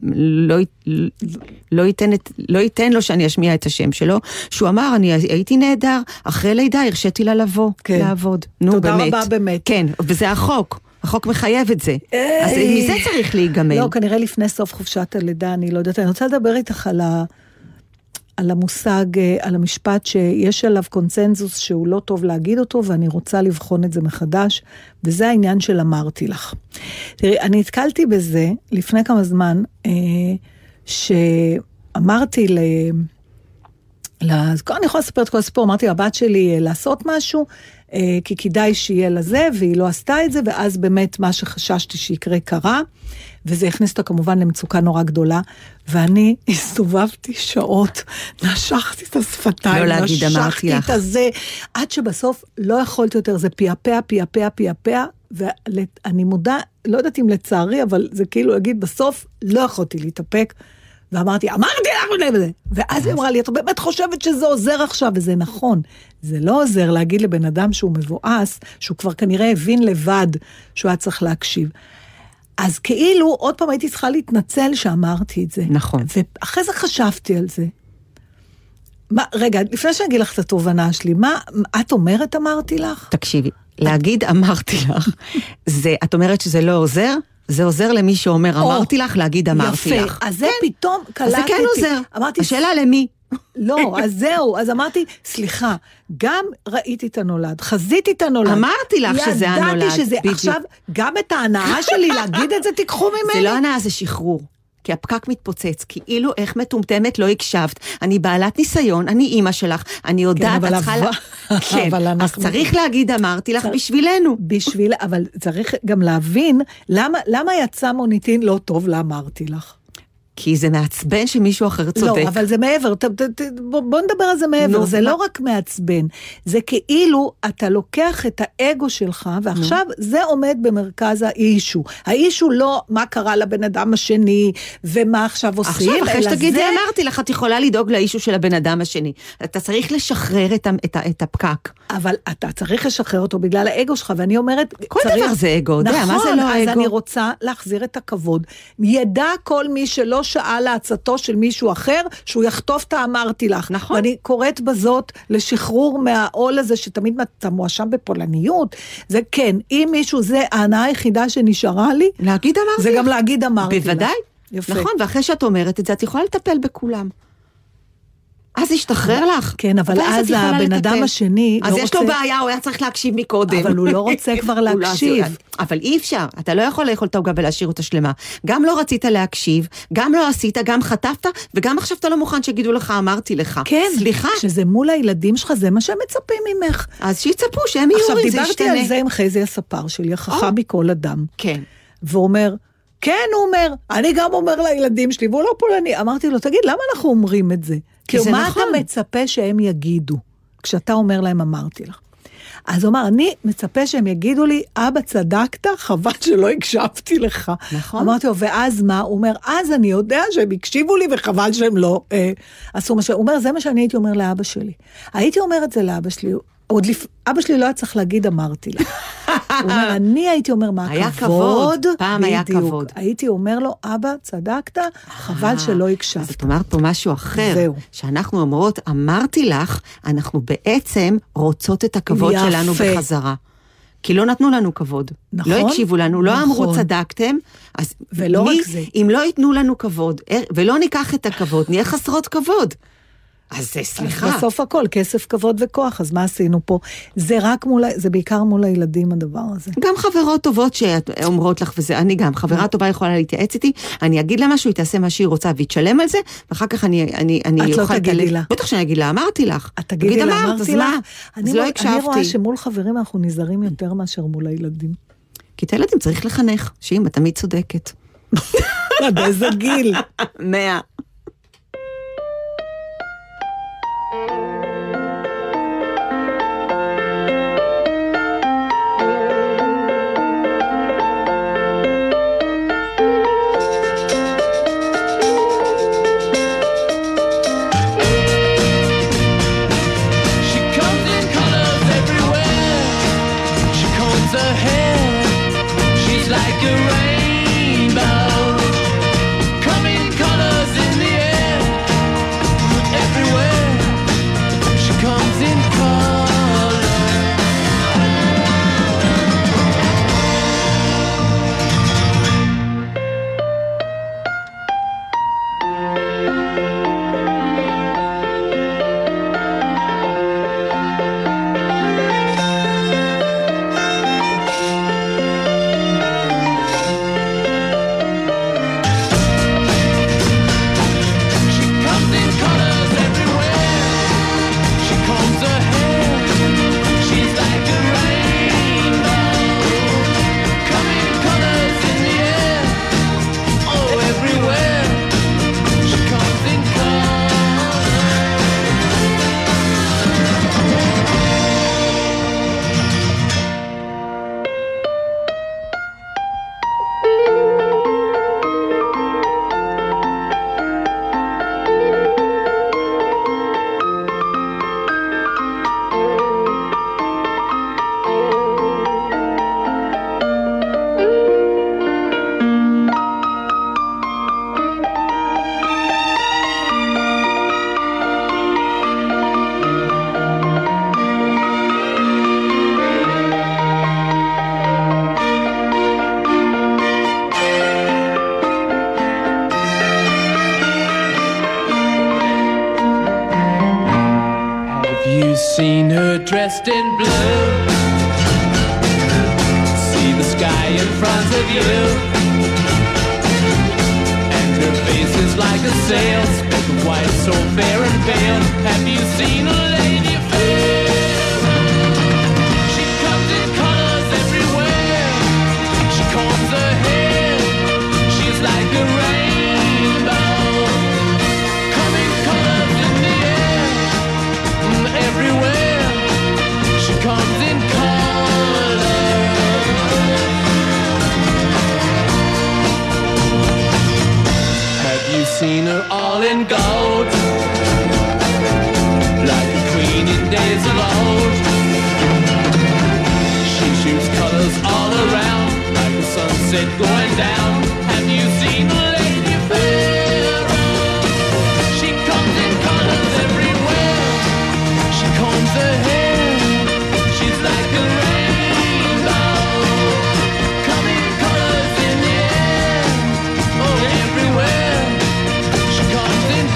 לא ייתן לו שאני אשמיע את השם שלו, שהוא אמר, אני הייתי נהדר, אחרי לידה הרשיתי לה לבוא, לעבוד. תודה רבה באמת. כן, וזה החוק. החוק מחייב את זה. אז מזה צריך להיגמל. לא, כנראה לפני סוף חופשת הלידה, אני לא יודעת, אני רוצה לדבר איתך על המושג, על המשפט שיש עליו קונצנזוס שהוא לא טוב להגיד אותו, ואני רוצה לבחון את זה מחדש, וזה העניין של אמרתי לך. תראי, אני התקלתי בזה לפני כמה זמן, שאמרתי אני יכולה לספר את כל הסיפור, אמרתי לבת שלי לעשות משהו, כי כדאי שיהיה לזה, והיא לא עשתה את זה, ואז באמת מה שחששתי שיקרה קרה, וזה הכניס אותה כמובן למצוקה נורא גדולה, ואני הסתובבתי שעות, נשכתי את השפתיים, נשכתי את הזה, עד שבסוף לא יכולתי יותר, זה פיאפיה, ואני מודה, לא יודעת אם לצערי, אבל זה כאילו להגיד, בסוף לא יכולתי להתאפק, ואמרתי לך לזה, ואז היא אמרה לי, את באמת חושבת שזה עוזר עכשיו, וזה נכון, זה לא עוזר להגיד לבן אדם שהוא מבואס, שהוא כבר כנראה הבין לבד, שהוא היה צריך להקשיב. אז כאילו, עוד פעם הייתי צריכה להתנצל שאמרתי את זה. נכון. ואחרי זה חשבתי על זה. רגע, לפני שאני אגיד לך את התובנה שלי, מה את אומרת אמרתי לך? תקשיבי, להגיד אמרתי לך, את אומרת שזה לא עוזר? זה עוזר למי שאומר, אמרתי לך, להגיד אמרתי לך. יפה, אז זה פתאום אז קלטתי. זה כן עוזר. אמרתי, השאלה למי? לא, אז זהו, אז אמרתי, סליחה, גם ראיתי את הנולד, חזיתי את הנולד. אמרתי לך שזה הנולד. ידעתי שזה, בדיוק. עכשיו, גם את ההנאה שלי להגיד את זה תיקחו ממני. זה לא הנאה, זה שחרור. כי הפקק מתפוצץ, כאילו איך מטומטמת לא הקשבת. אני בעלת ניסיון, אני אימא שלך, אני יודעת, אבל את צריכה כן, אבל אז אנחנו- צריך להגיד, אמרתי לך בשבילנו. אבל צריך גם להבין, למה יצא מוניטין לא טוב, אמרתי לך. כי זה מעצבן שמישהו אחר צודק. לא, אבל זה מעבר, בוא נדבר על זה מעבר, נו, זה מה? לא רק מעצבן, זה כאילו אתה לוקח את האגו שלך, ועכשיו זה עומד במרכז האישו. האישו לא מה קרה לבן אדם השני, ומה עכשיו עושים, עכשיו, אחרי אלא שתגידי, זה... אמרתי לך, את יכולה לדאוג לאישו של הבן אדם השני. אתה צריך לשחרר את הפקק. אבל אתה צריך לשחרר אותו בגלל האגו שלך, ואני אומרת... כל צריך... דבר זה אגו, נכון, מה זה לא אז אגו? אני רוצה להחזיר את הכבוד. ידע כל מי שלא שאל לעצתו של מישהו אחר, שהוא יחטוף את האמרתי לך. נכון. ואני קוראת בזאת לשחרור מהעול הזה, שתמיד אתה מואשם בפולניות. זה כן, אם מישהו, זה ההנאה היחידה שנשארה לי, להגיד אמרתי זה לך. גם להגיד אמרתי לך. בוודאי. יפה. נכון, ואחרי שאת אומרת את זה, את יכולה לטפל בכולם. אז ישתחרר לך. כן, אבל ואז את אז יכולה הבן לטפל. אדם השני אז לא יש לו רוצה- בעיה, הוא היה צריך להקשיב מקודם. אבל הוא לא רוצה כבר הוא לא- להקשיב. אבל אי אפשר, אתה לא יכול לאכול את העוגה ולהשאיר אותה שלמה. גם לא רצית להקשיב, גם לא עשית, גם חטפת, וגם עכשיו אתה לא מוכן שיגידו לך, אמרתי לך. כן, סליחה. שזה מול הילדים שלך, זה מה שהם מצפים ממך. אז שיצפו, שהם יהיו, עכשיו, זה דיברתי ישתנה. על זה עם חזי הספר שלי, החכם מכל אדם. כן. והוא אומר, כן, הוא אומר, אני גם אומר לילדים שלי, והוא לא פולני. אמרתי לו, תגיד, למה אנחנו אומרים את זה? כי זה מה נכון. אתה מצפה שהם יגידו, כשאתה אומר להם, אמרתי לך? אז הוא אמר, אני מצפה שהם יגידו לי, אבא צדקת, חבל שלא הקשבתי לך. נכון. אמרתי לו, ואז מה? הוא אומר, אז אני יודע שהם הקשיבו לי, וחבל שהם לא עשו מה ש... הוא אומר, זה מה שאני הייתי אומר לאבא שלי. הייתי אומר את זה לאבא שלי, אבא שלי לא היה צריך להגיד, אמרתי לך. הוא אומר, אני הייתי אומר, מה היה הכבוד? כבוד, פעם היה בדיוק. כבוד. הייתי אומר לו, אבא, צדקת, חבל שלא אז הקשבת. את אומרת פה משהו אחר. זהו. שאנחנו אומרות, אמרתי לך, אנחנו בעצם רוצות את הכבוד יפה. שלנו בחזרה. כי לא נתנו לנו כבוד. נכון. לא הקשיבו לנו, לא נכון. אמרו צדקתם. אז ולא רק זה. אם לא ייתנו לנו כבוד, ולא ניקח את הכבוד, נהיה חסרות כבוד. אז סליחה. בסוף הכל, כסף, כבוד וכוח, אז מה עשינו פה? זה רק מול, זה בעיקר מול הילדים הדבר הזה. גם חברות טובות שאומרות לך, וזה אני גם, חברה טובה יכולה להתייעץ איתי, אני אגיד לה משהו, היא תעשה מה שהיא רוצה, והיא תשלם על זה, ואחר כך אני את לא תגידי לה. בטח שאני אגיד לה, אמרתי לך. את תגידי לה, אמרת, אמרתי אז לך, מה? אז לא אני רואה הקשבתי. שמול חברים אנחנו נזהרים יותר מאשר מול הילדים. כי את הילדים צריך לחנך, שאמא תמיד צודקת. עד איזה גיל. 100. She comes in colors everywhere. She combs her hair. She's like a rainbow. Come in colors in of you. And her face is like a sail, speck of white, so fair and pale. Have you seen a lady fair? She comes in colors everywhere. She combs her hair. She's like a rainbow. Coming colors in the air. Everywhere. She comes in colors. Have you seen her all in gold? Like a queen in days of old. She shoots colors all around, like a sunset going down. Have you seen a lady fair? She comes in colors everywhere. She combs her hair. She's like a rainbow. Coming colors in the air. Oh, everywhere. She comes in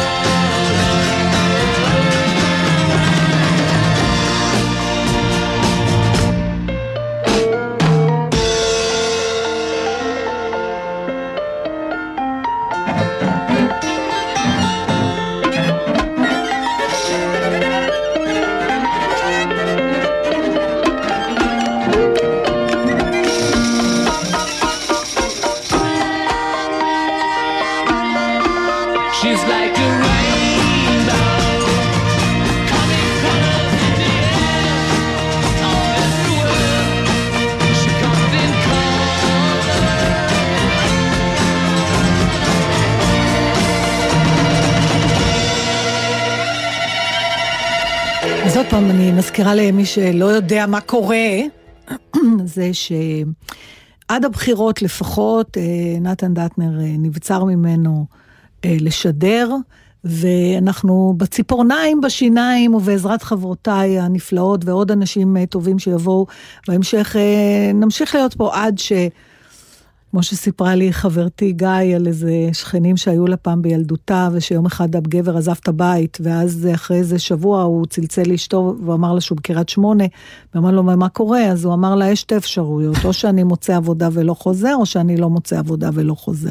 she's like a rainbow. Coming colors in the air. Oh, everywhere. She comes in אז עוד פעם אני מזכירה למי שלא יודע מה קורה, זה שעד הבחירות לפחות נתן דטנר נבצר ממנו לשדר, ואנחנו בציפורניים, בשיניים, ובעזרת חברותיי הנפלאות ועוד אנשים טובים שיבואו בהמשך, נמשיך להיות פה עד כמו שסיפרה לי חברתי גיא על איזה שכנים שהיו לה פעם בילדותה, ושיום אחד הגבר עזב את הבית, ואז אחרי איזה שבוע הוא צלצל לאשתו, ואמר לה שהוא בקריית שמונה, ואמר לו מה קורה? אז הוא אמר לה, יש שתי אפשרויות, או שאני מוצא עבודה ולא חוזר, או שאני לא מוצא עבודה ולא חוזר.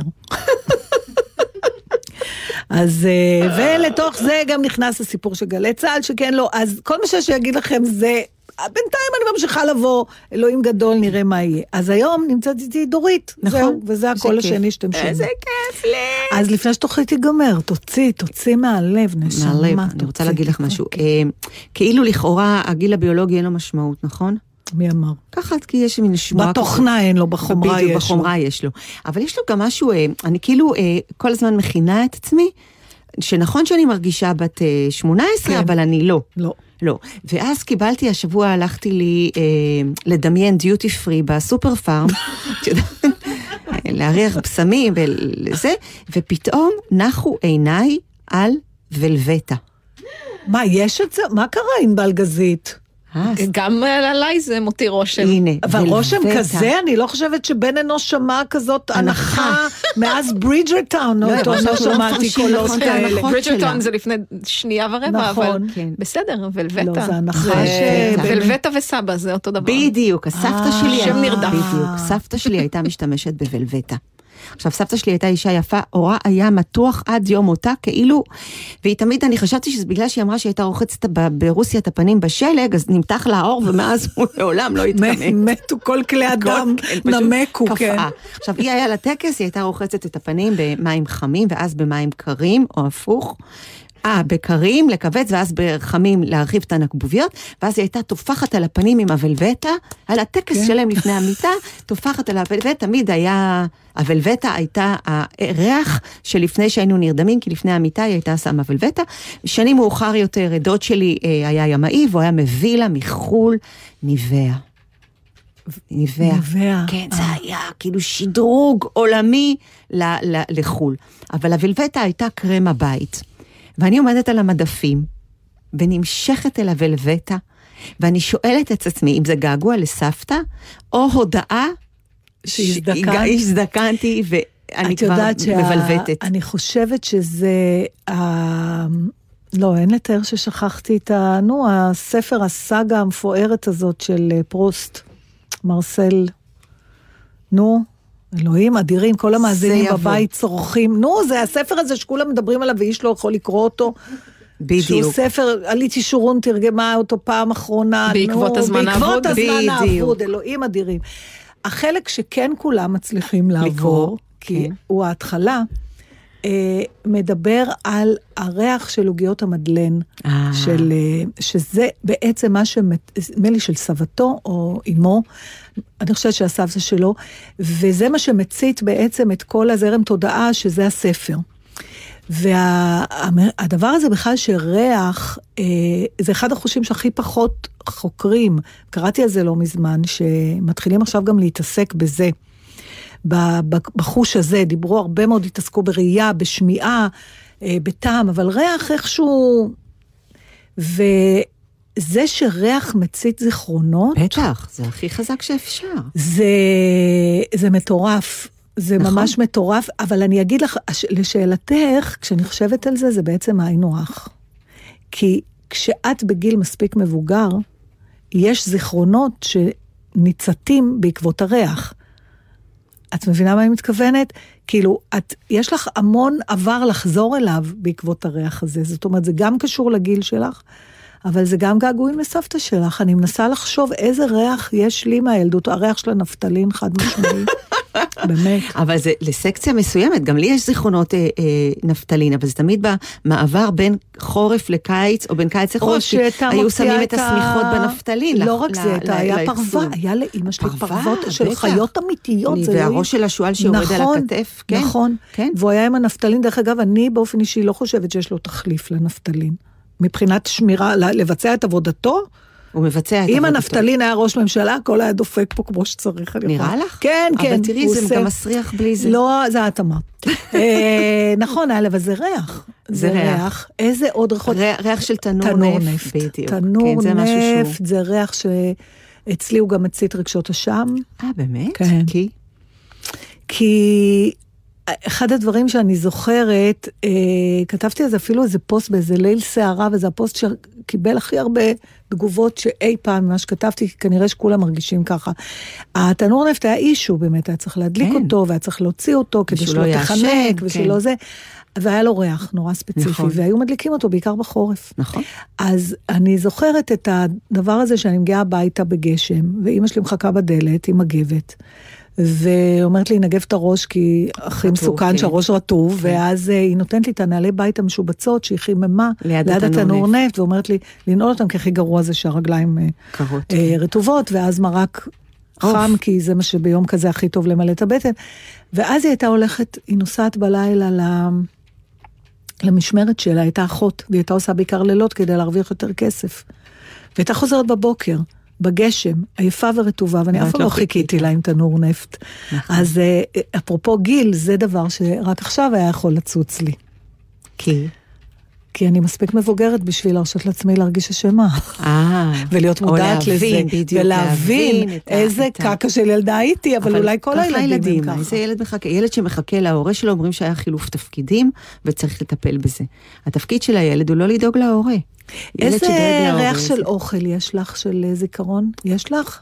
אז, ולתוך זה גם נכנס הסיפור של גלי צהל, שכן לא, אז כל מה שיש להגיד לכם זה, בינתיים אני ממשיכה לבוא, אלוהים גדול, נראה מה יהיה. אז היום נמצאת איתי דורית, נכון, זהו, וזה הקול השני שאתם שומעים. איזה כיף לי. אז לפני שתוכלי תיגמר, תוציא מהלב, נשמה. מהלב, אני רוצה להגיד לך משהו. כאילו לכאורה הגיל הביולוגי אין לו משמעות, נכון? מי אמר? ככה, כי יש מין שמועה. בתוכנה אין לו, בחומרה יש לו. בחומרה יש לו. אבל יש לו גם משהו, אני כאילו כל הזמן מכינה את עצמי, שנכון שאני מרגישה בת 18, אבל אני לא. לא. ואז קיבלתי, השבוע הלכתי לי לדמיין דיוטי פרי בסופר פארם, להריח בסמים ולזה, ופתאום נחו עיניי על ולווטה. מה, יש את זה? מה קרה עם בלגזית? גם עליי זה מותיר רושם. הנה, אבל רושם כזה, אני לא חושבת שבן אנוש שמע כזאת הנחה מאז ברידג'רטאון, לא שמעתי קולות כאלה. ברידג'רטאון זה לפני שנייה ורבע, אבל בסדר, ולווטה. לא, זה הנחה ולווטה וסבא, זה אותו דבר. בדיוק, הסבתא שלי, שם נרדף. בדיוק, סבתא שלי הייתה משתמשת בוולווטה. עכשיו, סבתא שלי הייתה אישה יפה, אורה היה מתוח עד יום אותה, כאילו, והיא תמיד, אני חשבתי שזה בגלל שהיא אמרה שהיא הייתה רוחצת ברוסיה את הפנים בשלג, אז נמתח לה האור, ומאז הוא לעולם לא התקמן. מתו כל כלי אדם, נמקו, כן. עכשיו, היא היה לטקס, היא הייתה רוחצת את הפנים במים חמים, ואז במים קרים, או הפוך. בקרים לכווץ, ואז בחמים להרחיב את הנקבוביות, ואז היא הייתה תופחת על הפנים עם הוולווטה, על הטקס שלהם לפני המיטה, תופחת על הוולווטה, תמיד היה, הוולווטה הייתה הריח שלפני שהיינו נרדמים, כי לפני המיטה היא הייתה שמה וולווטה. שנים מאוחר יותר, דוד שלי היה ימאי, והוא היה מביא לה מחול ניבאה. ניבאה. כן, זה היה כאילו שדרוג עולמי לחול. אבל הוולווטה הייתה קרם הבית. ואני עומדת על המדפים, ונמשכת אל הוולווטה, ואני שואלת את עצמי, אם זה געגוע לסבתא, או הודעה שהזדקנתי, ואני כבר מבלבטת. אני חושבת שזה, לא, אין לתאר ששכחתי את הספר הסאגה המפוארת הזאת של פרוסט, מרסל, נו, אלוהים אדירים, כל המאזינים יבוא. בבית צורכים. נו, זה הספר הזה שכולם מדברים עליו ואיש לא יכול לקרוא אותו. שהוא בדיוק. ספר, עליתי שורון תרגמה אותו פעם אחרונה. בעקבות הזמן האבוד. בעקבות הזמן בדיוק. האבוד, אלוהים אדירים. החלק שכן כולם מצליחים לעבור, לקרוא, כי כן. הוא ההתחלה, מדבר על הריח של עוגיות המדלן, שזה בעצם מה שמלי של סבתו או אמו, אני חושבת שהסבתא שלו, וזה מה שמצית בעצם את כל הזרם תודעה, שזה הספר. והדבר הזה בכלל שריח, זה אחד החושים שהכי פחות חוקרים, קראתי על זה לא מזמן, שמתחילים עכשיו גם להתעסק בזה, בחוש הזה, דיברו הרבה מאוד, התעסקו בראייה, בשמיעה, בטעם, אבל ריח איכשהו, וזה שריח מצית זיכרונות, בטח, זה הכי חזק שאפשר. זה מטורף, זה נכון. ממש מטורף, אבל אני אגיד לך, לשאלתך, כשאני חושבת על זה, זה בעצם היינו הך. כי כשאת בגיל מספיק מבוגר, יש זיכרונות שניצתים בעקבות הריח. את מבינה מה אני מתכוונת? כאילו, יש לך המון עבר לחזור אליו בעקבות הריח הזה. זאת אומרת, זה גם קשור לגיל שלך, אבל זה גם געגועים לסבתא שלך. אני מנסה לחשוב איזה ריח יש לי מהילדות. הריח של הנפטלין חד משמעי. באמת. אבל זה לסקציה מסוימת, גם לי יש זיכרונות נפטלין, אבל זה תמיד במעבר בין חורף לקיץ, או בין קיץ לחורף, כי היו שמים את הסמיכות בנפטלין. לא רק זה, היה פרווה, היה לאמא שלי פרוות של חיות אמיתיות. והראש של השואל שיורד על הכתף, כן. נכון, והוא היה עם הנפטלין, דרך אגב, אני באופן אישי לא חושבת שיש לו תחליף לנפטלין. מבחינת שמירה, לבצע את עבודתו, הוא מבצע את עבודתו. אם הנפטלין היה ראש ממשלה, הכל היה דופק פה כמו שצריך. נראה לך? כן, כן. אבל תראי, זה גם מסריח בלי זה. לא, זה את אמרת. נכון, אבל זה ריח. זה ריח. איזה עוד ריחות? ריח של תנור נפט. בדיוק. תנור נפט, זה ריח שאצלי הוא גם מצית רגשות אשם. באמת? כן. כי אחד הדברים שאני זוכרת, כתבתי על זה אפילו איזה פוסט באיזה ליל שערה, וזה הפוסט שקיבל הכי הרבה תגובות שאי פעם ממה שכתבתי, כנראה שכולם מרגישים ככה. התנור נפט היה אישו, באמת היה צריך להדליק אותו, והיה צריך להוציא אותו, כדי שלא תחנק, ושלא זה, והיה לו ריח נורא ספציפי, והיו מדליקים אותו בעיקר בחורף. נכון. אז אני זוכרת את הדבר הזה שאני מגיעה הביתה בגשם, ואמא שלי מחכה בדלת עם מגבת, ואומרת לי, נגב את הראש, כי הכי מסוכן שהראש רטוב, ואז היא נותנת לי את הנעלי בית המשובצות, שהיא חיממה ליד התנור נפט, ואומרת לי, לנעול אותם, כי הכי גרוע זה שהרגליים רטובות, ואז מרק חם, כי זה מה שביום כזה הכי טוב למלא את הבטן, ואז היא הייתה הולכת, היא נוסעת בלילה למשמרת שלה, הייתה אחות, והיא הייתה עושה בעיקר לילות, כדי להרוויח יותר כסף, והייתה חוזרת בבוקר, בגשם, עייפה ורטובה, ואני אף פעם לא חיכיתי לה עם תנור נפט. אז אפרופו גיל, זה דבר שרק עכשיו היה יכול לצוץ לי. כי אני מספיק מבוגרת בשביל להרשות לעצמי להרגיש אשמה. ולהיות מודעת לזה. ולהבין איזה קקה של ילדה הייתי, אבל אולי כל הילדים הם ככה. איזה ילד מחכה? ילד שמחכה להורה שלו, אומרים שהיה חילוף תפקידים, וצריך לטפל בזה. התפקיד של הילד הוא לא לדאוג להורה. איזה ריח של אוכל יש לך, של זיכרון? יש לך?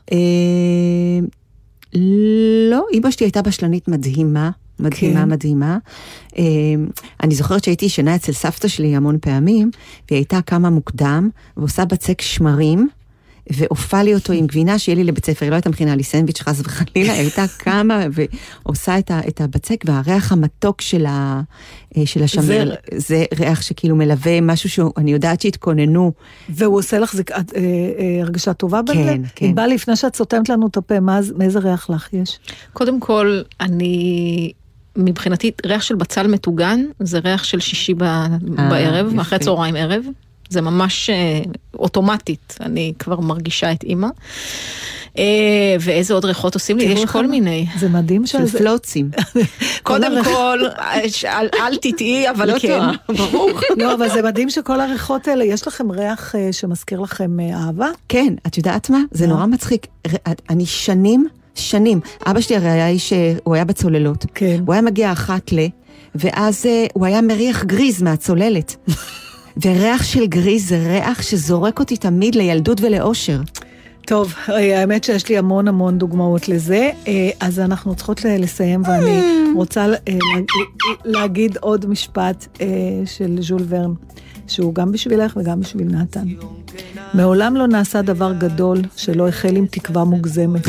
לא, אמא שלי הייתה בשלנית מדהימה, מדהימה. אני זוכרת שהייתי ישנה אצל סבתא שלי המון פעמים, והיא הייתה קמה מוקדם, ועושה בצק שמרים, ואופה לי אותו עם גבינה שיהיה לי לבית ספר, היא לא הייתה מכינה לי סנדוויץ' חס וחלילה, היא הייתה קמה ועושה את הבצק, והריח המתוק של השמר, זה ריח שכאילו מלווה משהו שאני יודעת שהתכוננו. והוא עושה לך הרגשה טובה בזה? כן, כן. אם בא לפני שאת סותמת לנו את הפה, מאיזה ריח לך יש? קודם כל, מבחינתי, ריח של בצל מטוגן, זה ריח של שישי בערב, אחרי צהריים ערב. זה ממש אוטומטית, אני כבר מרגישה את אימא. ואיזה עוד ריחות עושים לי? יש כל מיני. זה מדהים של פלוצים. קודם כל, אל תטעי, אבל כן. ברור. לא, אבל זה מדהים שכל הריחות האלה, יש לכם ריח שמזכיר לכם אהבה? כן, את יודעת מה? זה נורא מצחיק. אני שנים, אבא שלי הרי היה איש, הוא היה בצוללות. כן. הוא היה מגיע אחת ואז הוא היה מריח גריז מהצוללת. וריח של גריז זה ריח שזורק אותי תמיד לילדות ולאושר. טוב, האמת שיש לי המון דוגמאות לזה, אז אנחנו צריכות לסיים, ואני רוצה להגיד עוד משפט של ז'ול ורן, שהוא גם בשבילך וגם בשביל נתן. מעולם לא נעשה דבר גדול שלא החל עם תקווה מוגזמת.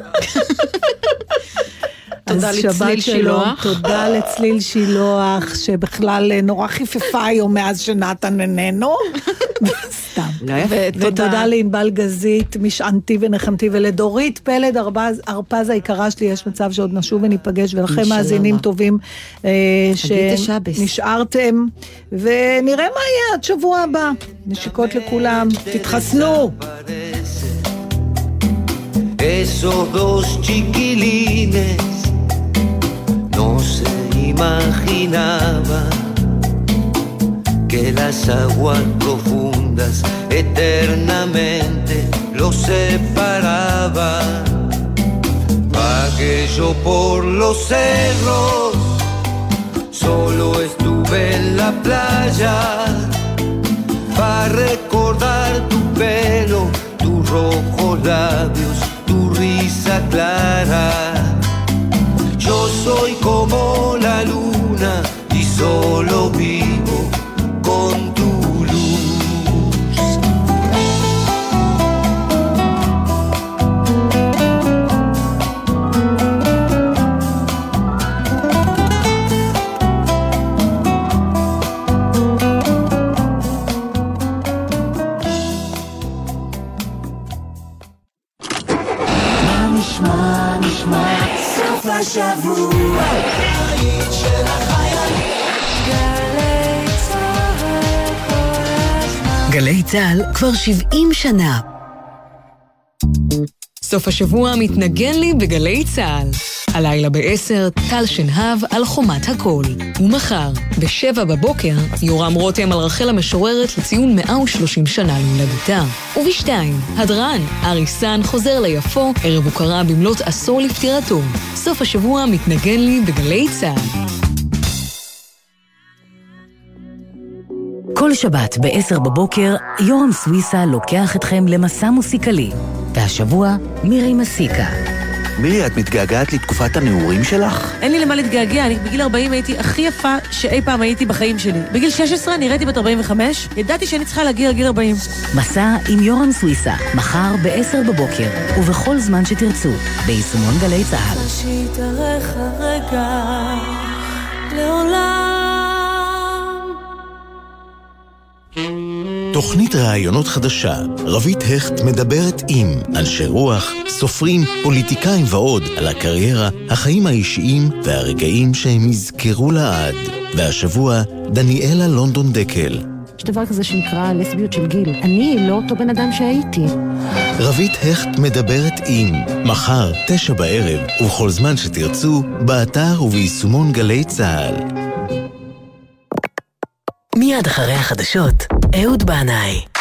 תודה לצליל שילוח. תודה לצליל שילוח, שבכלל נורא חיפפה היום מאז שנתן איננו. סתם. ותודה לענבל גזית, משענתי ונחמתי, ולדורית פלד ארפז היקרה שלי, יש מצב שעוד נשוב וניפגש, ולכם מאזינים טובים שנשארתם, ונראה מה יהיה עד שבוע הבא. נשיקות לכולם, תתחסנו. Esos dos chiquilines no se imaginaba que las aguas profundas eternamente los separaban. Vagué yo por los cerros, solo estuve en la playa para recordar tu pelo, tus rojos labios, tu risa clara. Yo soy como la luna y solo vivo con tu luz. נשמע סוף השבוע היית של החיילים גלי צהל כל הזמן. גלי צהל כבר 70 שנה. סוף השבוע מתנגן לי בגלי צהל. הלילה ב10, טל שנהב על חומת הכל. ומחר, ב7 בבוקר, יורם רותם על רחל המשוררת לציון 130 שנה להולדתה. וב2, הדרן, אריסן חוזר ליפו, ערב הוקרה במלאת עשור לפטירתו. סוף השבוע מתנגן לי בגלי צהל. כל שבת ב10 בבוקר, יורם סוויסה לוקח אתכם למסע מוסיקלי. והשבוע, מירי מסיקה. מירי, את מתגעגעת לתקופת הנעורים שלך? אין לי למה להתגעגע, אני בגיל 40 הייתי הכי יפה שאי פעם הייתי בחיים שלי. בגיל 16 נראיתי בת 45, ידעתי שאני צריכה להגיע לגיל 40. מסע עם יורם סוויסה, מחר ב10 בבוקר, ובכל זמן שתרצו, ביישומון גלי צהל. שיתארך הרגע לעולם. תוכנית רעיונות חדשה, רבית הכט מדברת עם אנשי רוח, סופרים, פוליטיקאים ועוד על הקריירה, החיים האישיים והרגעים שהם יזכרו לעד. והשבוע, דניאלה לונדון דקל. יש דבר כזה שנקרא לסביות של גיל. אני לא אותו בן אדם שהייתי. רבית הכט מדברת עם מחר 9 בערב ובכל זמן שתרצו, באתר וביישומון גלי צהל. מיד אחרי החדשות, אהוד בנאי.